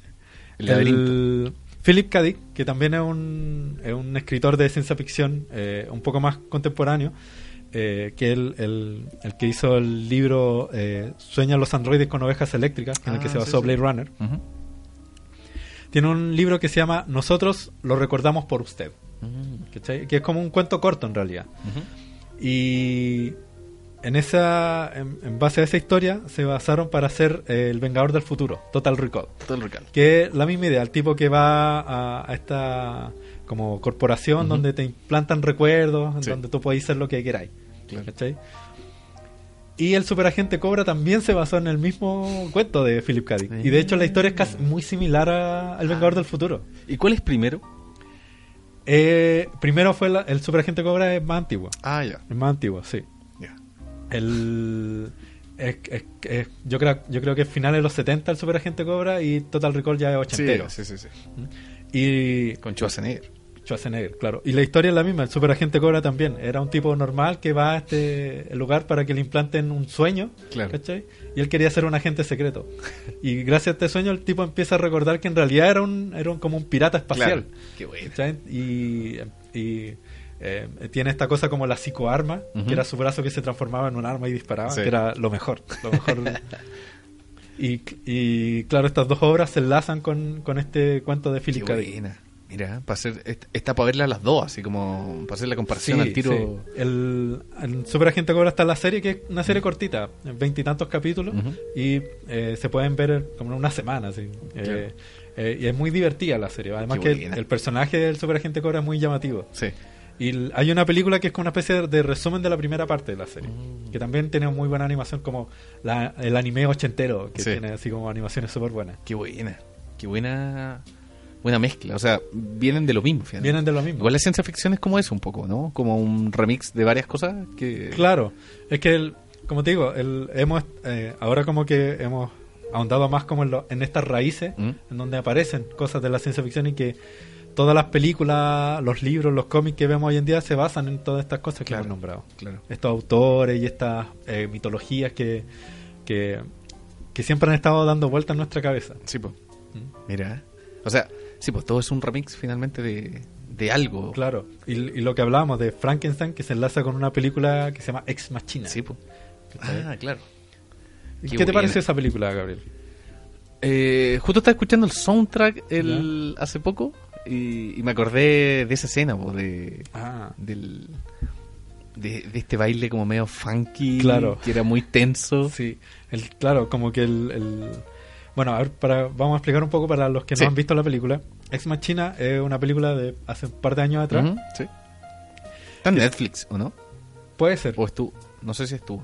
El Philip K. Dick, que también es un escritor de ciencia ficción un poco más contemporáneo, que el que hizo el libro Sueñan los androides con ovejas eléctricas, en el que se basó Blade Runner. Tiene un libro que se llama Nosotros lo recordamos por usted, ¿cachai? Que es como un cuento corto en realidad. Y en base a esa historia se basaron para hacer El Vengador del Futuro, Total Recall. Que es la misma idea, el tipo que va a esta como corporación donde te implantan recuerdos, donde tú podés ser lo que queráis. Claro. ¿Cachai? Y el superagente Cobra también se basó en el mismo cuento de Philip K. Dick. Y de hecho la historia es casi muy similar al Vengador del Futuro. ¿Y cuál es primero? Primero fue el superagente Cobra, es más antiguo. Ah, ya. Es más antiguo, sí. Yo creo que es finales de los 70 el superagente Cobra y Total Recall ya es ochentero. Sí. Y con Schwarzenegger, claro. Y la historia es la misma. El superagente Cobra también era un tipo normal que va a este lugar para que le implanten un sueño, claro. ¿cachai? Y él quería ser un agente secreto. Y gracias a este sueño el tipo empieza a recordar que en realidad era como un pirata espacial. Claro. Qué bueno. ¿Cachai? Y tiene esta cosa como la psicoarma, que era su brazo que se transformaba en un arma y disparaba, que era lo mejor. Y claro, estas dos obras se enlazan con este cuento de Philip K. Dick. Mira, está para verla las dos, así como para hacer la comparación al tiro. Sí. El Superagente Cobra está en la serie, que es una serie cortita, 20 y tantos capítulos, y se pueden ver como en una semana. Así. Claro. Y es muy divertida la serie. Además que el personaje del Superagente Cobra es muy llamativo. Sí. Y hay una película que es como una especie de resumen de la primera parte de la serie, que también tiene muy buena animación, como el anime ochentero, que tiene así como animaciones súper buenas. Qué buena mezcla. O sea, vienen de lo mismo, fíjate. Vienen de lo mismo. Igual la ciencia ficción es como eso un poco, ¿no? Como un remix de varias cosas que... Claro, es que como te digo, ahora como que hemos ahondado más como en estas raíces, en donde aparecen cosas de la ciencia ficción, y que todas las películas, los libros, los cómics que vemos hoy en día se basan en todas estas cosas que hemos nombrado. Claro. Estos autores y estas mitologías que siempre han estado dando vuelta en nuestra cabeza. Sí, pues. Mira. O sea, sí, pues todo es un remix finalmente de algo. Claro. Y lo que hablábamos de Frankenstein, que se enlaza con una película que se llama Ex Machina. Sí, pues. Ah, claro. ¿Qué te pareció esa película, Gabriel? Justo estaba escuchando el soundtrack hace poco y me acordé de esa escena, po, de este baile como medio funky, claro, que era muy tenso. Sí, claro, como que bueno, a ver, vamos a explicar un poco para los que no han visto la película. Ex Machina es una película de hace un par de años atrás. Sí. Está en Netflix, ¿o no? Puede ser. O estuvo, no sé si estuvo.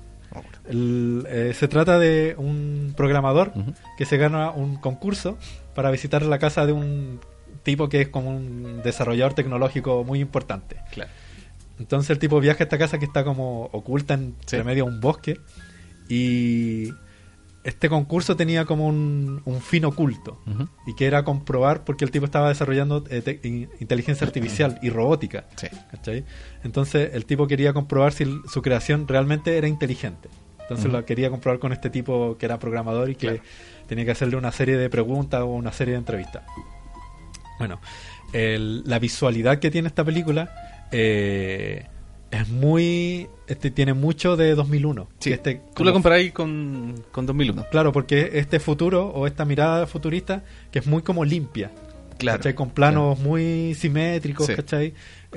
Se trata de un programador que se gana un concurso para visitar la casa de un tipo que es como un desarrollador tecnológico muy importante. Claro. Entonces el tipo viaja a esta casa que está como oculta entre medio de un bosque, y este concurso tenía como un fin oculto, y que era comprobar, porque el tipo estaba desarrollando inteligencia artificial y robótica. Sí. ¿Cachai? Entonces el tipo quería comprobar si su creación realmente era inteligente. Entonces lo quería comprobar con este tipo que era programador y que tenía que hacerle una serie de preguntas o una serie de entrevistas. Bueno, la visualidad que tiene esta película es muy... tiene mucho de 2001. Sí, tú lo comparáis con 2001. Claro, porque este futuro o esta mirada futurista que es muy como limpia. Claro. ¿Cachai? Con planos muy simétricos, ¿cachai?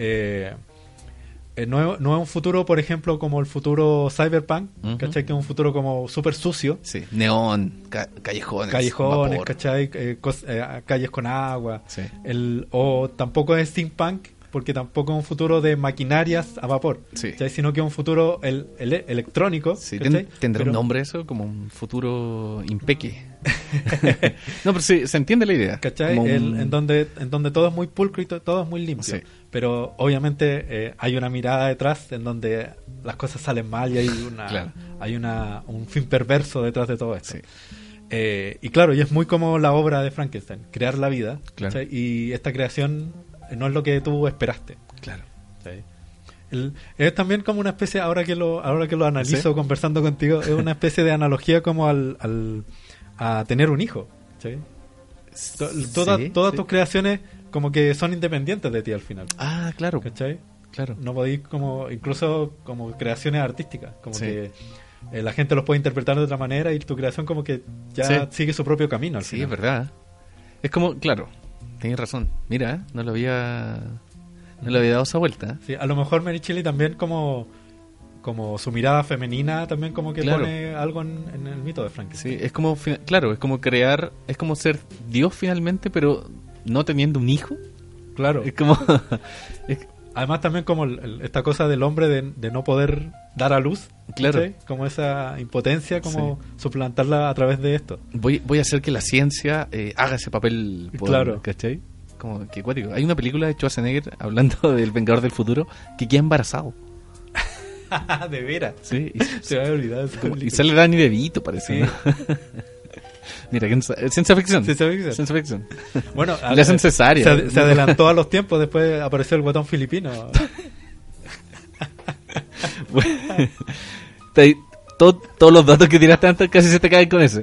No es un futuro, por ejemplo, como el futuro cyberpunk, ¿cachai? Que es un futuro como súper sucio. Sí, neón, callejones, vapor. ¿cachai? Calles con agua. Sí. O tampoco es steampunk, porque tampoco es un futuro de maquinarias a vapor, sí, sino que es un futuro electrónico. Sí, ¿tendrá un nombre eso? Como un futuro impeque. No, pero sí, se entiende la idea. ¿Cachai? En donde todo es muy pulcro y todo es muy limpio. Sí. Pero obviamente hay una mirada detrás en donde las cosas salen mal y hay un fin perverso detrás de todo esto. Sí. Y claro, y es muy como la obra de Frankenstein, crear la vida. Claro. Y esta creación no es lo que tú esperaste. Claro. ¿Sí? Es también como una especie, ahora que lo analizo, ¿sí?, conversando contigo, es una especie de analogía como a tener un hijo. ¿Sí? Todas tus creaciones como que son independientes de ti al final. Ah, claro. ¿Cachai? Claro. No podéis incluso como creaciones artísticas, como que la gente los puede interpretar de otra manera y tu creación como que ya sigue su propio camino al final. Sí, es verdad. Es como, claro, tienes razón. Mira, no le había dado esa vuelta. Sí, a lo mejor Mary Shelley también como su mirada femenina también como que pone algo en el mito de Frankenstein. Sí, es como, claro, es como crear, es como ser Dios finalmente, pero no teniendo un hijo. Claro. Es como... Además también como esta cosa del hombre de no poder dar a luz. Claro. ¿Sí? Como esa impotencia, como suplantarla a través de esto. Voy a hacer que la ciencia haga ese papel. Claro. ¿Cachai? Como que cuático. Hay una película de Schwarzenegger hablando del Vengador del Futuro que queda embarazado. De veras. Sí. Se me había olvidado esa película. Y sale Danny DeVito, parece. Sí. ¿No? Mira, ciencia ficción. Ciencia ficción. Bueno, le hacen cesárea. Se adelantó a los tiempos, después apareció el guatón filipino. Todos los datos que tiraste antes casi se te caen con ese.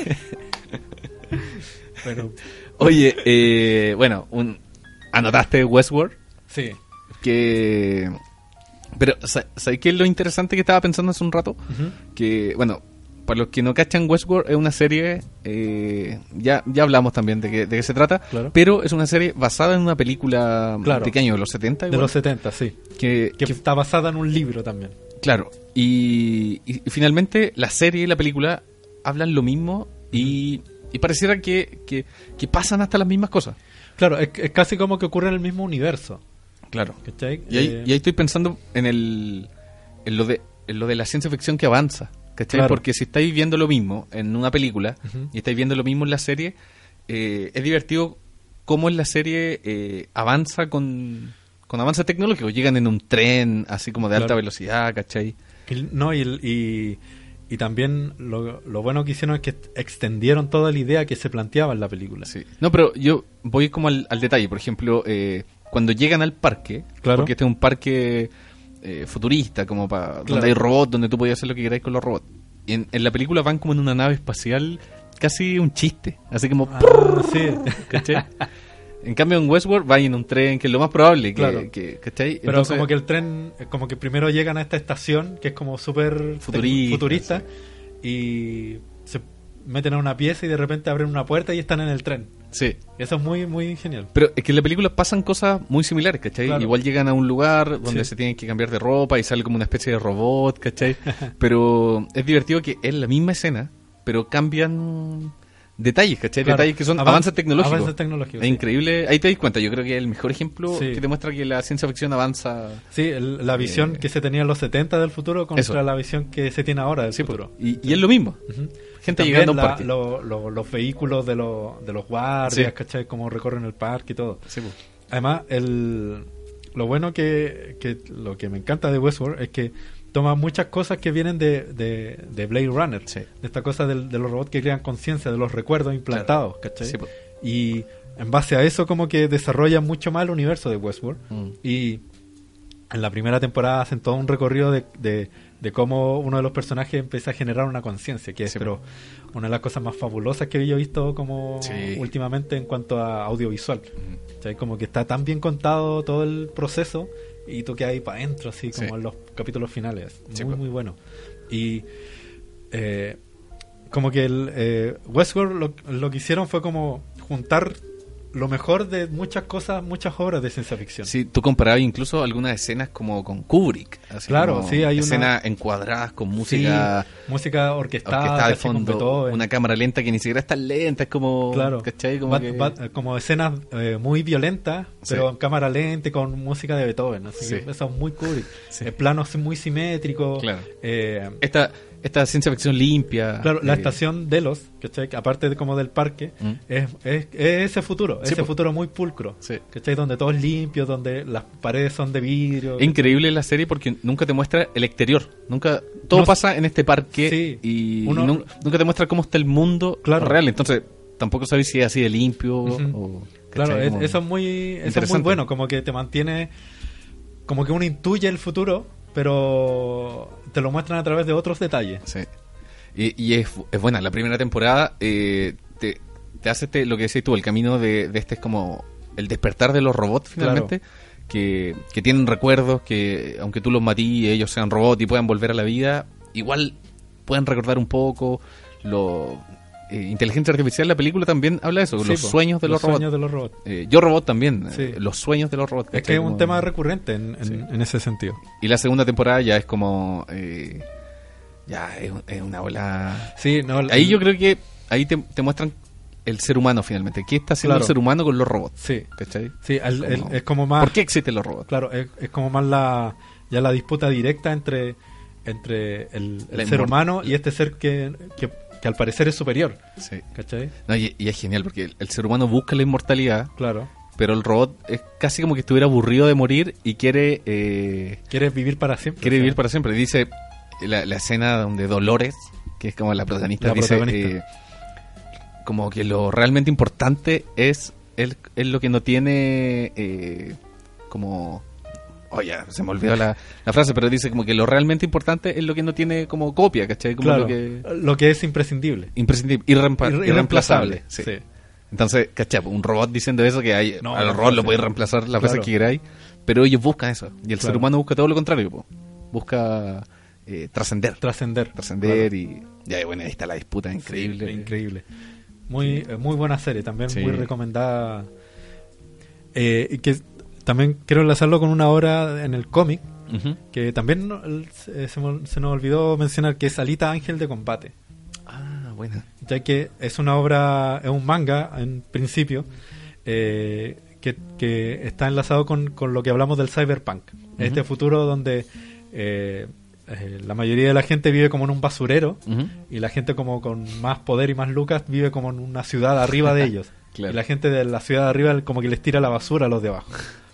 Bueno. Oye, ¿anotaste Westworld? Sí. Pero, ¿sabes qué es lo interesante que estaba pensando hace un rato? Que, para los que no cachan, Westworld es una serie, ya hablamos también de qué se trata, pero es una serie basada en una película de qué año, ¿los 70? Igual? De los 70, sí. Que está basada en un libro también. Claro, y finalmente la serie y la película hablan lo mismo y pareciera que pasan hasta las mismas cosas. Claro, es casi como que ocurre en el mismo universo. Claro. ¿Cachai? Y ahí estoy pensando en lo de la ciencia ficción que avanza. ¿Cachai? Claro. Porque si estáis viendo lo mismo en una película y estáis viendo lo mismo en la serie, es divertido cómo en la serie avanza con avances tecnológicos. Llegan en un tren así como de alta velocidad, ¿cachai? Y también lo bueno que hicieron es que extendieron toda la idea que se planteaba en la película. Sí. No, pero yo voy como al detalle. Por ejemplo, cuando llegan al parque, porque este es un parque... futurista, como donde hay robots, donde tú podías hacer lo que queráis con los robots. Y en la película van como en una nave espacial, casi un chiste, así como sí. ¿cachai? En cambio en Westworld va en un tren, que es lo más probable, Claro. ¿cachai? Pero Entonces, como que el tren, como que primero llegan a esta estación que es como súper futurista y se meten a una pieza y de repente abren una puerta y están en el tren. sí. Eso es muy, muy genial. Pero es que en la película pasan cosas muy similares, ¿cachai? Claro. Igual llegan a un lugar donde Sí. se tienen que cambiar de ropa y sale como una especie de robot, ¿cachai? Pero es divertido que es la misma escena, pero cambian detalles, ¿cachai? Claro. Detalles que son avances tecnológicos. Avances tecnológicos, Es sí. increíble. Ahí te das cuenta, yo creo que es el mejor ejemplo Sí. que demuestra que la ciencia ficción avanza. Sí, la visión que se tenía en los 70 del futuro contra Eso. la visión que se tiene ahora del Sí, futuro. y es lo mismo. Ujú. Gente También llegando a un parque. los vehículos de los guardias, Sí. ¿cachai? Cómo recorren el parque y todo. Sí, po. Además, lo bueno que lo que me encanta de Westworld es que toma muchas cosas que vienen de Blade Runner. Sí. De esta cosa de los robots que crean conciencia, de los recuerdos implantados, ¿cachai? Sí, po. Y en base a eso como que desarrolla mucho más el universo de Westworld. Mm. Y en la primera temporada hacen todo un recorrido de cómo uno de los personajes empieza a generar una conciencia, que es Sí, pero una de las cosas más fabulosas que yo he visto como Sí. últimamente en cuanto a audiovisual. Mm. O sea, como que está tan bien contado todo el proceso y tú quedas ahí para adentro, así como Sí. en los capítulos finales. Sí, Muy, pues. muy bueno. Y como que Westworld lo que hicieron fue como juntar lo mejor de muchas cosas, muchas obras de ciencia ficción. Sí, tú comparabas incluso algunas escenas como con Kubrick. Así Claro, como sí, hay escenas encuadradas con música Sí, música orquestada, orquestada de casi con fondo, Beethoven. una cámara lenta que ni siquiera es tan lenta, es como, Claro, ¿cachai? Como, como escenas muy violentas, Sí. pero en cámara lenta y con música de Beethoven. Así Sí. que eso es muy cool. Sí. Planos muy simétricos. Claro. eh, esta ciencia ficción limpia. Claro, la estación Delos, ¿cachai? Que aparte de como del parque, Mm. es ese futuro, Sí, ese po. futuro muy pulcro, Sí. ¿cachai? Donde todo es limpio, donde las paredes son de vidrio. Es increíble la serie porque nunca te muestra el exterior. Nunca todo No, pasa en este parque sí. y Uno- nunca te muestra cómo está el mundo Claro. real. Entonces, tampoco sabes si es así de limpio Ujú. o... Claro, ¿cachai? Como- eso es muy interesante. bueno, como que te mantiene, como que uno intuye el futuro, pero te lo muestran a través de otros detalles. Sí. Y es buena. La primera temporada te hace lo que decías tú, el camino de este es como el despertar de los robots finalmente, que tienen recuerdos, que aunque tú los matí ellos sean robots y puedan volver a la vida, igual pueden recordar un poco. Inteligencia artificial, la película también habla de eso, Sí, los po, sueños de los robots. sueños de los robots. Yo Robot también, Sí. los sueños de los robots. Es ¿cachai? que es un Como- tema recurrente Sí. en ese sentido. Y la segunda temporada ya es como... ya es una ola... Sí, no, Ahí yo creo que ahí te muestran el ser humano finalmente. ¿Qué está haciendo Claro. el ser humano con los robots? Sí, ¿Cachai? sí, Como- es como más... ¿Por qué existen los robots? Claro, es como más la disputa directa entre el La ser inmor- humano y este ser que al parecer es superior. Sí. ¿Cachai? No, y es genial porque el ser humano busca la inmortalidad, Claro. pero el robot es casi como que estuviera aburrido de morir y quiere Quieres vivir para siempre. quiere o sea, vivir para siempre. Dice la escena donde Dolores, que es como la protagonista, La dice protagonista. como que lo realmente importante es lo que no tiene como... Oye, se me olvidó la frase, pero dice como que lo realmente importante es lo que no tiene como copia, ¿cachai? Como claro, lo que... es imprescindible. Imprescindible, irreemplazable. Sí. Sí. Entonces, ¿cachai? Un robot diciendo eso, que hay, No, al no robot puede lo ser. podéis reemplazar las Claro. veces que queráis, pero ellos buscan eso. Y el ser Claro. humano busca todo lo contrario, po. Busca trascender. Trascender. Trascender Claro. y... Ya, bueno, ahí está la disputa increíble. Sí, increíble. Muy buena serie, también Sí. muy recomendada. Y que también quiero enlazarlo con una obra en el cómic, Ujú. que también se nos olvidó mencionar, que es Alita Ángel de Combate. Ah, buena. Ya que es una obra, es un manga en principio, que está enlazado con lo que hablamos del cyberpunk. Este futuro donde la mayoría de la gente vive como en un basurero, Ujú. y la gente como con más poder y más lucas vive como en una ciudad arriba de ellos. Claro. Y la gente de la ciudad de arriba como que les tira la basura a los de abajo.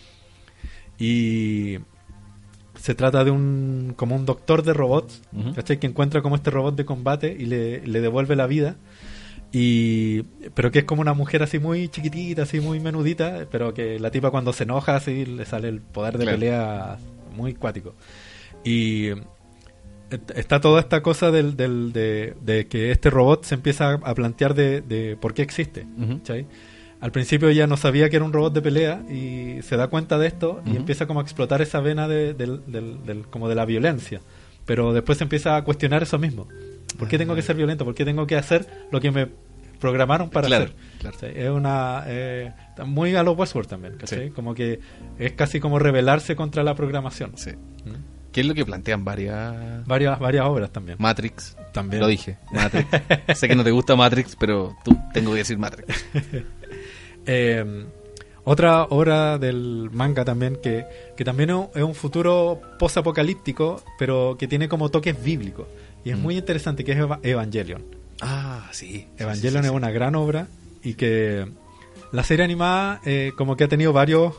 Y se trata de como un doctor de robots, Ujú. ¿cachai? Que encuentra como este robot de combate y le devuelve la vida. Pero que es como una mujer así muy chiquitita, así muy menudita, pero que la tipa cuando se enoja así le sale el poder de Claro. pelea muy cuático. Y está toda esta cosa de que este robot se empieza a plantear de por qué existe, Ujú. ¿cachai? al principio ella no sabía que era un robot de pelea y se da cuenta de esto y empieza como a explotar esa vena como de la violencia. Pero después se empieza a cuestionar eso mismo. ¿Por qué tengo que ser violento? ¿Por qué tengo que hacer lo que me programaron para hacer? Claro. ¿Sí? Es una muy a los Westworld también, ¿cachai? Sí. Como que es casi como rebelarse contra la programación. Sí. ¿Qué es lo que plantean varias Varias obras también. Matrix? También. Lo dije, Matrix. Sé que no te gusta Matrix, pero tú tengo que decir Matrix. Otra obra del manga también que también es un futuro post-apocalíptico, pero que tiene como toques bíblicos. Y es muy interesante, que es Evangelion. Ah, sí. Evangelion es una gran obra y que la serie animada como que ha tenido varios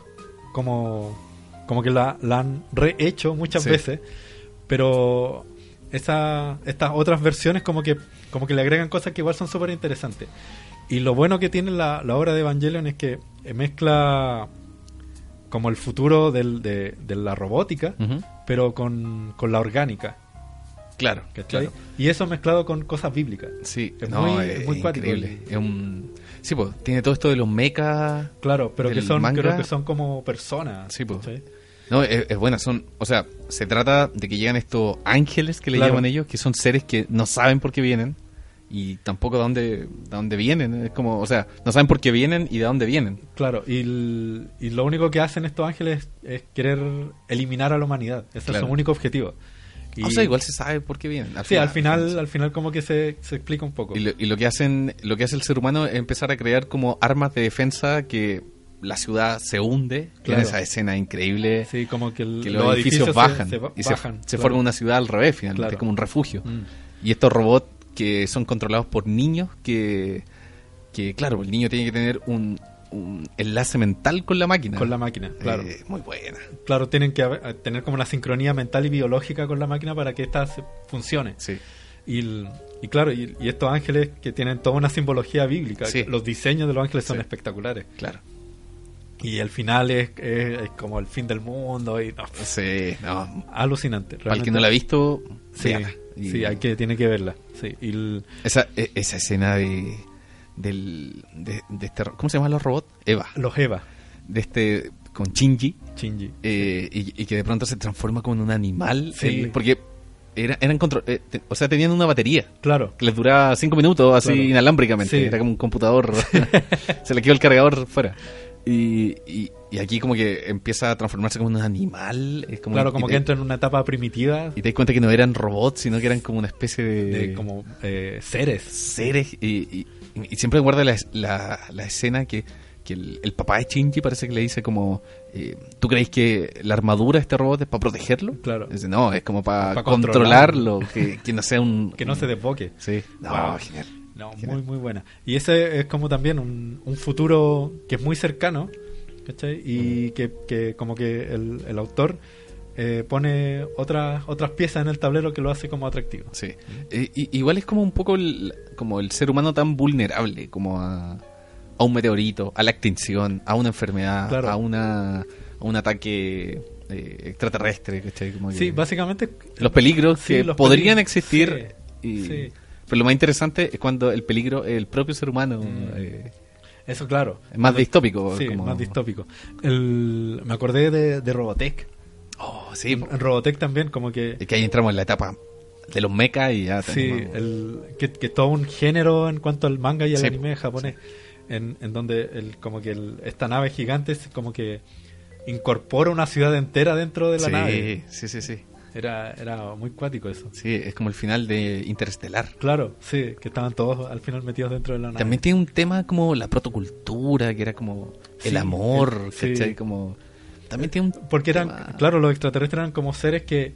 como que la han rehecho muchas veces, pero estas otras versiones como que le agregan cosas que igual son súper interesantes. Y lo bueno que tiene la obra de Evangelion es que mezcla como el futuro de la robótica, pero con la orgánica. Claro, ¿cachai? claro. Y eso mezclado con cosas bíblicas. Sí, es muy cuático. increíble. Sí, pues, tiene todo esto de los mechas. Claro, pero que son, manga. creo que son como personas. Sí, pues. ¿cachai? No, es buena. O sea, se trata de que llegan estos ángeles que le llaman ellos, que son seres que no saben por qué vienen y tampoco de dónde vienen. Es como, o sea, no saben por qué vienen y de dónde vienen. Claro, y lo único que hacen estos ángeles es querer eliminar a la humanidad. Ese es su único objetivo. Y, o sea, igual se sabe por qué vienen. Al final como que se explica un poco. Y lo que hace el ser humano es empezar a crear como armas de defensa que la ciudad se hunde. Claro. Tiene esa escena increíble. Sí, como que los edificios bajan y se forma una ciudad al revés, finalmente, claro. como un refugio. Y estos robots que son controlados por niños que claro, el niño tiene que tener un enlace mental con la máquina. Con la máquina, claro. Muy buena. Claro, tienen que tener como una sincronía mental y biológica con la máquina para que esta funcione. Sí. Y claro, y estos ángeles que tienen toda una simbología bíblica. Sí. Los diseños de los ángeles son espectaculares. Claro. Y el final es como el fin del mundo. Y, sí, no. Alucinante. Para el que no la ha visto, sí, véala. Sí, tiene que verla. Sí. Esa escena de este, ¿cómo se llaman los robots? Los Eva. De con Shinji. Y que de pronto se transforma como en un animal. Sí. Porque o sea, tenían una batería. Claro. Que les duraba 5 minutos así inalámbricamente. Sí. Era como un computador. Se le quedó el cargador fuera. Y aquí como que empieza a transformarse como un animal. Es como claro, como que entra en una etapa primitiva. Y te das cuenta que no eran robots, sino que eran como una especie de como seres. Seres. Y siempre guarda la escena que el papá de Shinji parece que le dice como ¿tú creéis que la armadura de este robot es para protegerlo? Claro. Dice, no, es como para controlarlo, que no sea un... que no se desboque. Sí. No, genial. No, genial. muy buena. Y ese es como también un futuro que es muy cercano, ¿cachai? Y que como que el autor pone otras piezas en el tablero que lo hace como atractivo. Sí. Igual es como un poco como el ser humano tan vulnerable como a un meteorito, a la extinción, a una enfermedad, claro. a un ataque extraterrestre, ¿cachai? Como sí, básicamente los peligros que los podrían existir. Sí. Pero lo más interesante es cuando el peligro es el propio ser humano. Eso, claro. Es más distópico. Sí, más distópico. Me acordé de Robotech. Oh, sí. En Robotech también, como que... Es que ahí entramos en la etapa de los mechas y ya sí, tenemos... que todo un género en cuanto al manga y al sí, anime japonés. Sí. En donde como que esta nave gigante es como que incorpora una ciudad entera dentro de la nave. Sí. Era muy cuático eso. Sí, es como el final de Interestelar. Claro, sí, que estaban todos al final metidos dentro de la nave. También tiene un tema como la protocultura, que era como el amor, ¿cachai? Sí. Como... También tiene un porque tema... eran, claro, los extraterrestres eran como seres que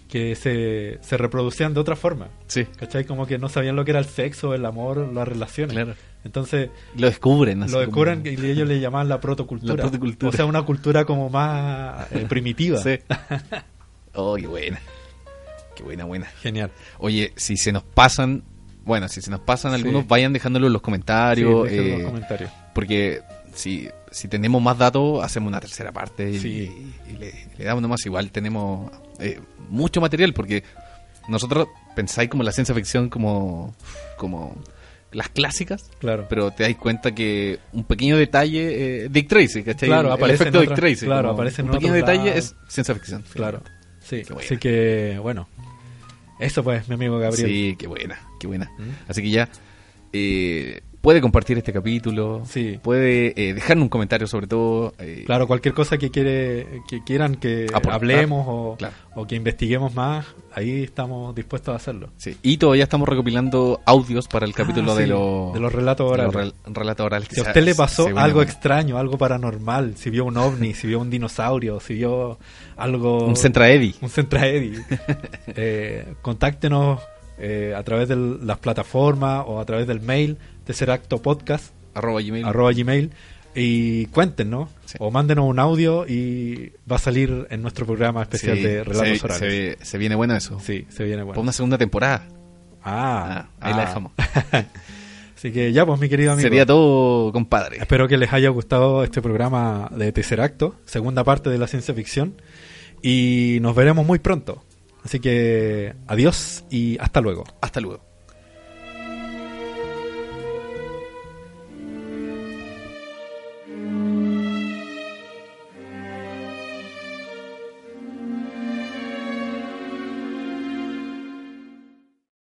se reproducían de otra forma. Sí. ¿Cachai? Como que no sabían lo que era el sexo, el amor, las relaciones. Claro. Entonces... Lo descubren. Lo descubren y ellos le llamaban la protocultura. La protocultura. O sea, una cultura como más primitiva. Sí. Oh, qué buena. Qué buena. Genial. Oye, si se nos pasan algunos, vayan dejándolo en los comentarios. Sí, en los comentarios. Porque si tenemos más datos, hacemos una tercera parte y le damos nomás. Igual tenemos mucho material, porque nosotros pensáis como la ciencia ficción como las clásicas, Claro. pero te das cuenta que un pequeño detalle, Dick Tracy, ¿cachai? Claro, el aparece efecto en Dick otra- Tracy. claro, como aparece en un pequeño otros detalle lados. es ciencia ficción. Claro. Sí, Qué buena. así que, bueno. Eso pues, mi amigo Gabriel. Sí, qué buena, qué buena. Así que ya puede compartir este capítulo, Sí. puede dejarnos un comentario sobre todo. Claro, cualquier cosa que quieran que Aportar. hablemos o, Claro. o que investiguemos más, ahí estamos dispuestos a hacerlo. Sí. Y todavía estamos recopilando audios para el capítulo Ah, sí, de los relatos orales. relatos orales. Si a usted le pasó se viene algo bueno. extraño, algo paranormal, si vio un ovni, si vio un dinosaurio, si vio algo... Un Centraedi. Un Centraedi. Contáctenos a través de las plataformas o a través del mail Tesseractopodcast @gmail. @gmail y cuéntenos Sí. o mándenos un audio y va a salir en nuestro programa especial Sí, de relatos orales. se viene bueno eso. Sí, se viene Para bueno. una segunda temporada. Ahí la dejamos. Así que ya pues mi querido amigo. Sería todo, compadre. Espero que les haya gustado este programa de Tesseracto, segunda parte de la ciencia ficción, y nos veremos muy pronto. Así que adiós y hasta luego. Hasta luego.